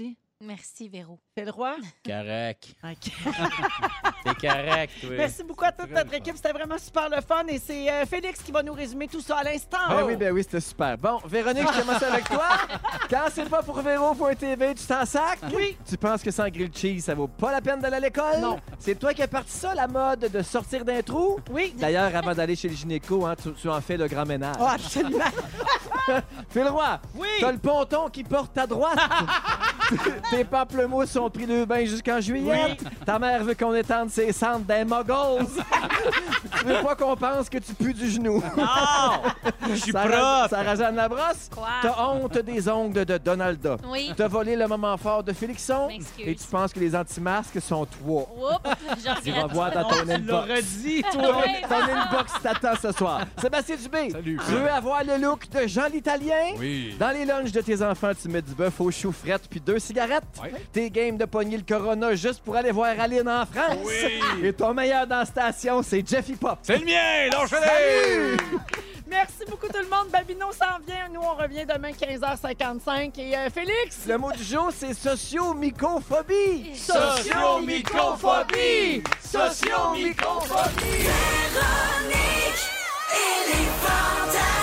Merci, Véro. Phil Roy? Correct. OK. C'est correct, oui. Merci beaucoup à toute notre équipe. C'était vraiment super le fun. Et c'est Félix qui va nous résumer tout ça à l'instant. Ben oui, c'était super. Bon, Véronique, je commence avec toi. Quand c'est pas pour Véro.tv, tu t'en sacs? Oui. Tu penses que sans grilled cheese, ça vaut pas la peine d'aller à l'école? Non. C'est toi qui as parti ça, la mode de sortir d'un trou? Oui. D'ailleurs, avant d'aller chez le gynéco, hein, tu en fais le grand ménage. Oh, absolument. Phil Roy, Oui. t'as le ponton qui porte à droite. Tes pamplemousses ont pris le bain jusqu'en juillet. Ta mère veut qu'on étende ses cendres des muggles. Tu veux pas qu'on pense que tu pues du genou. Non! Je suis propre! Sarah-Jeanne Labrosse, Quoi? t'as honte des ongles de Donalda. Oui. T'as volé le moment fort de Félixon. M'excuse. Et tu penses que les anti-masques sont toi. Oups, j'en Tu vas voir dans Non, ton tu inbox. l'aurais dit, toi! Ouais. Ton inbox t'attend ce soir. Sébastien Dubé, Salut. tu veux avoir le look de Jean l'Italien? Oui. Dans les lunchs de tes enfants, tu mets du bœuf aux choux frettes puis 2 cigarettes. Ouais. T'es game de pogner le Corona juste pour aller voir Aline en France. Oui. Et ton meilleur dans la station, c'est Jeffy Pop. C'est le mien! Lâchez-les! Salut! Merci beaucoup tout le monde. Babino s'en vient. Nous, on revient demain 15h55. Et Félix? Le mot du jour, c'est socio-mycophobie. Socio-mycophobie! Socio-mycophobie! Véronique, elle est fantastique.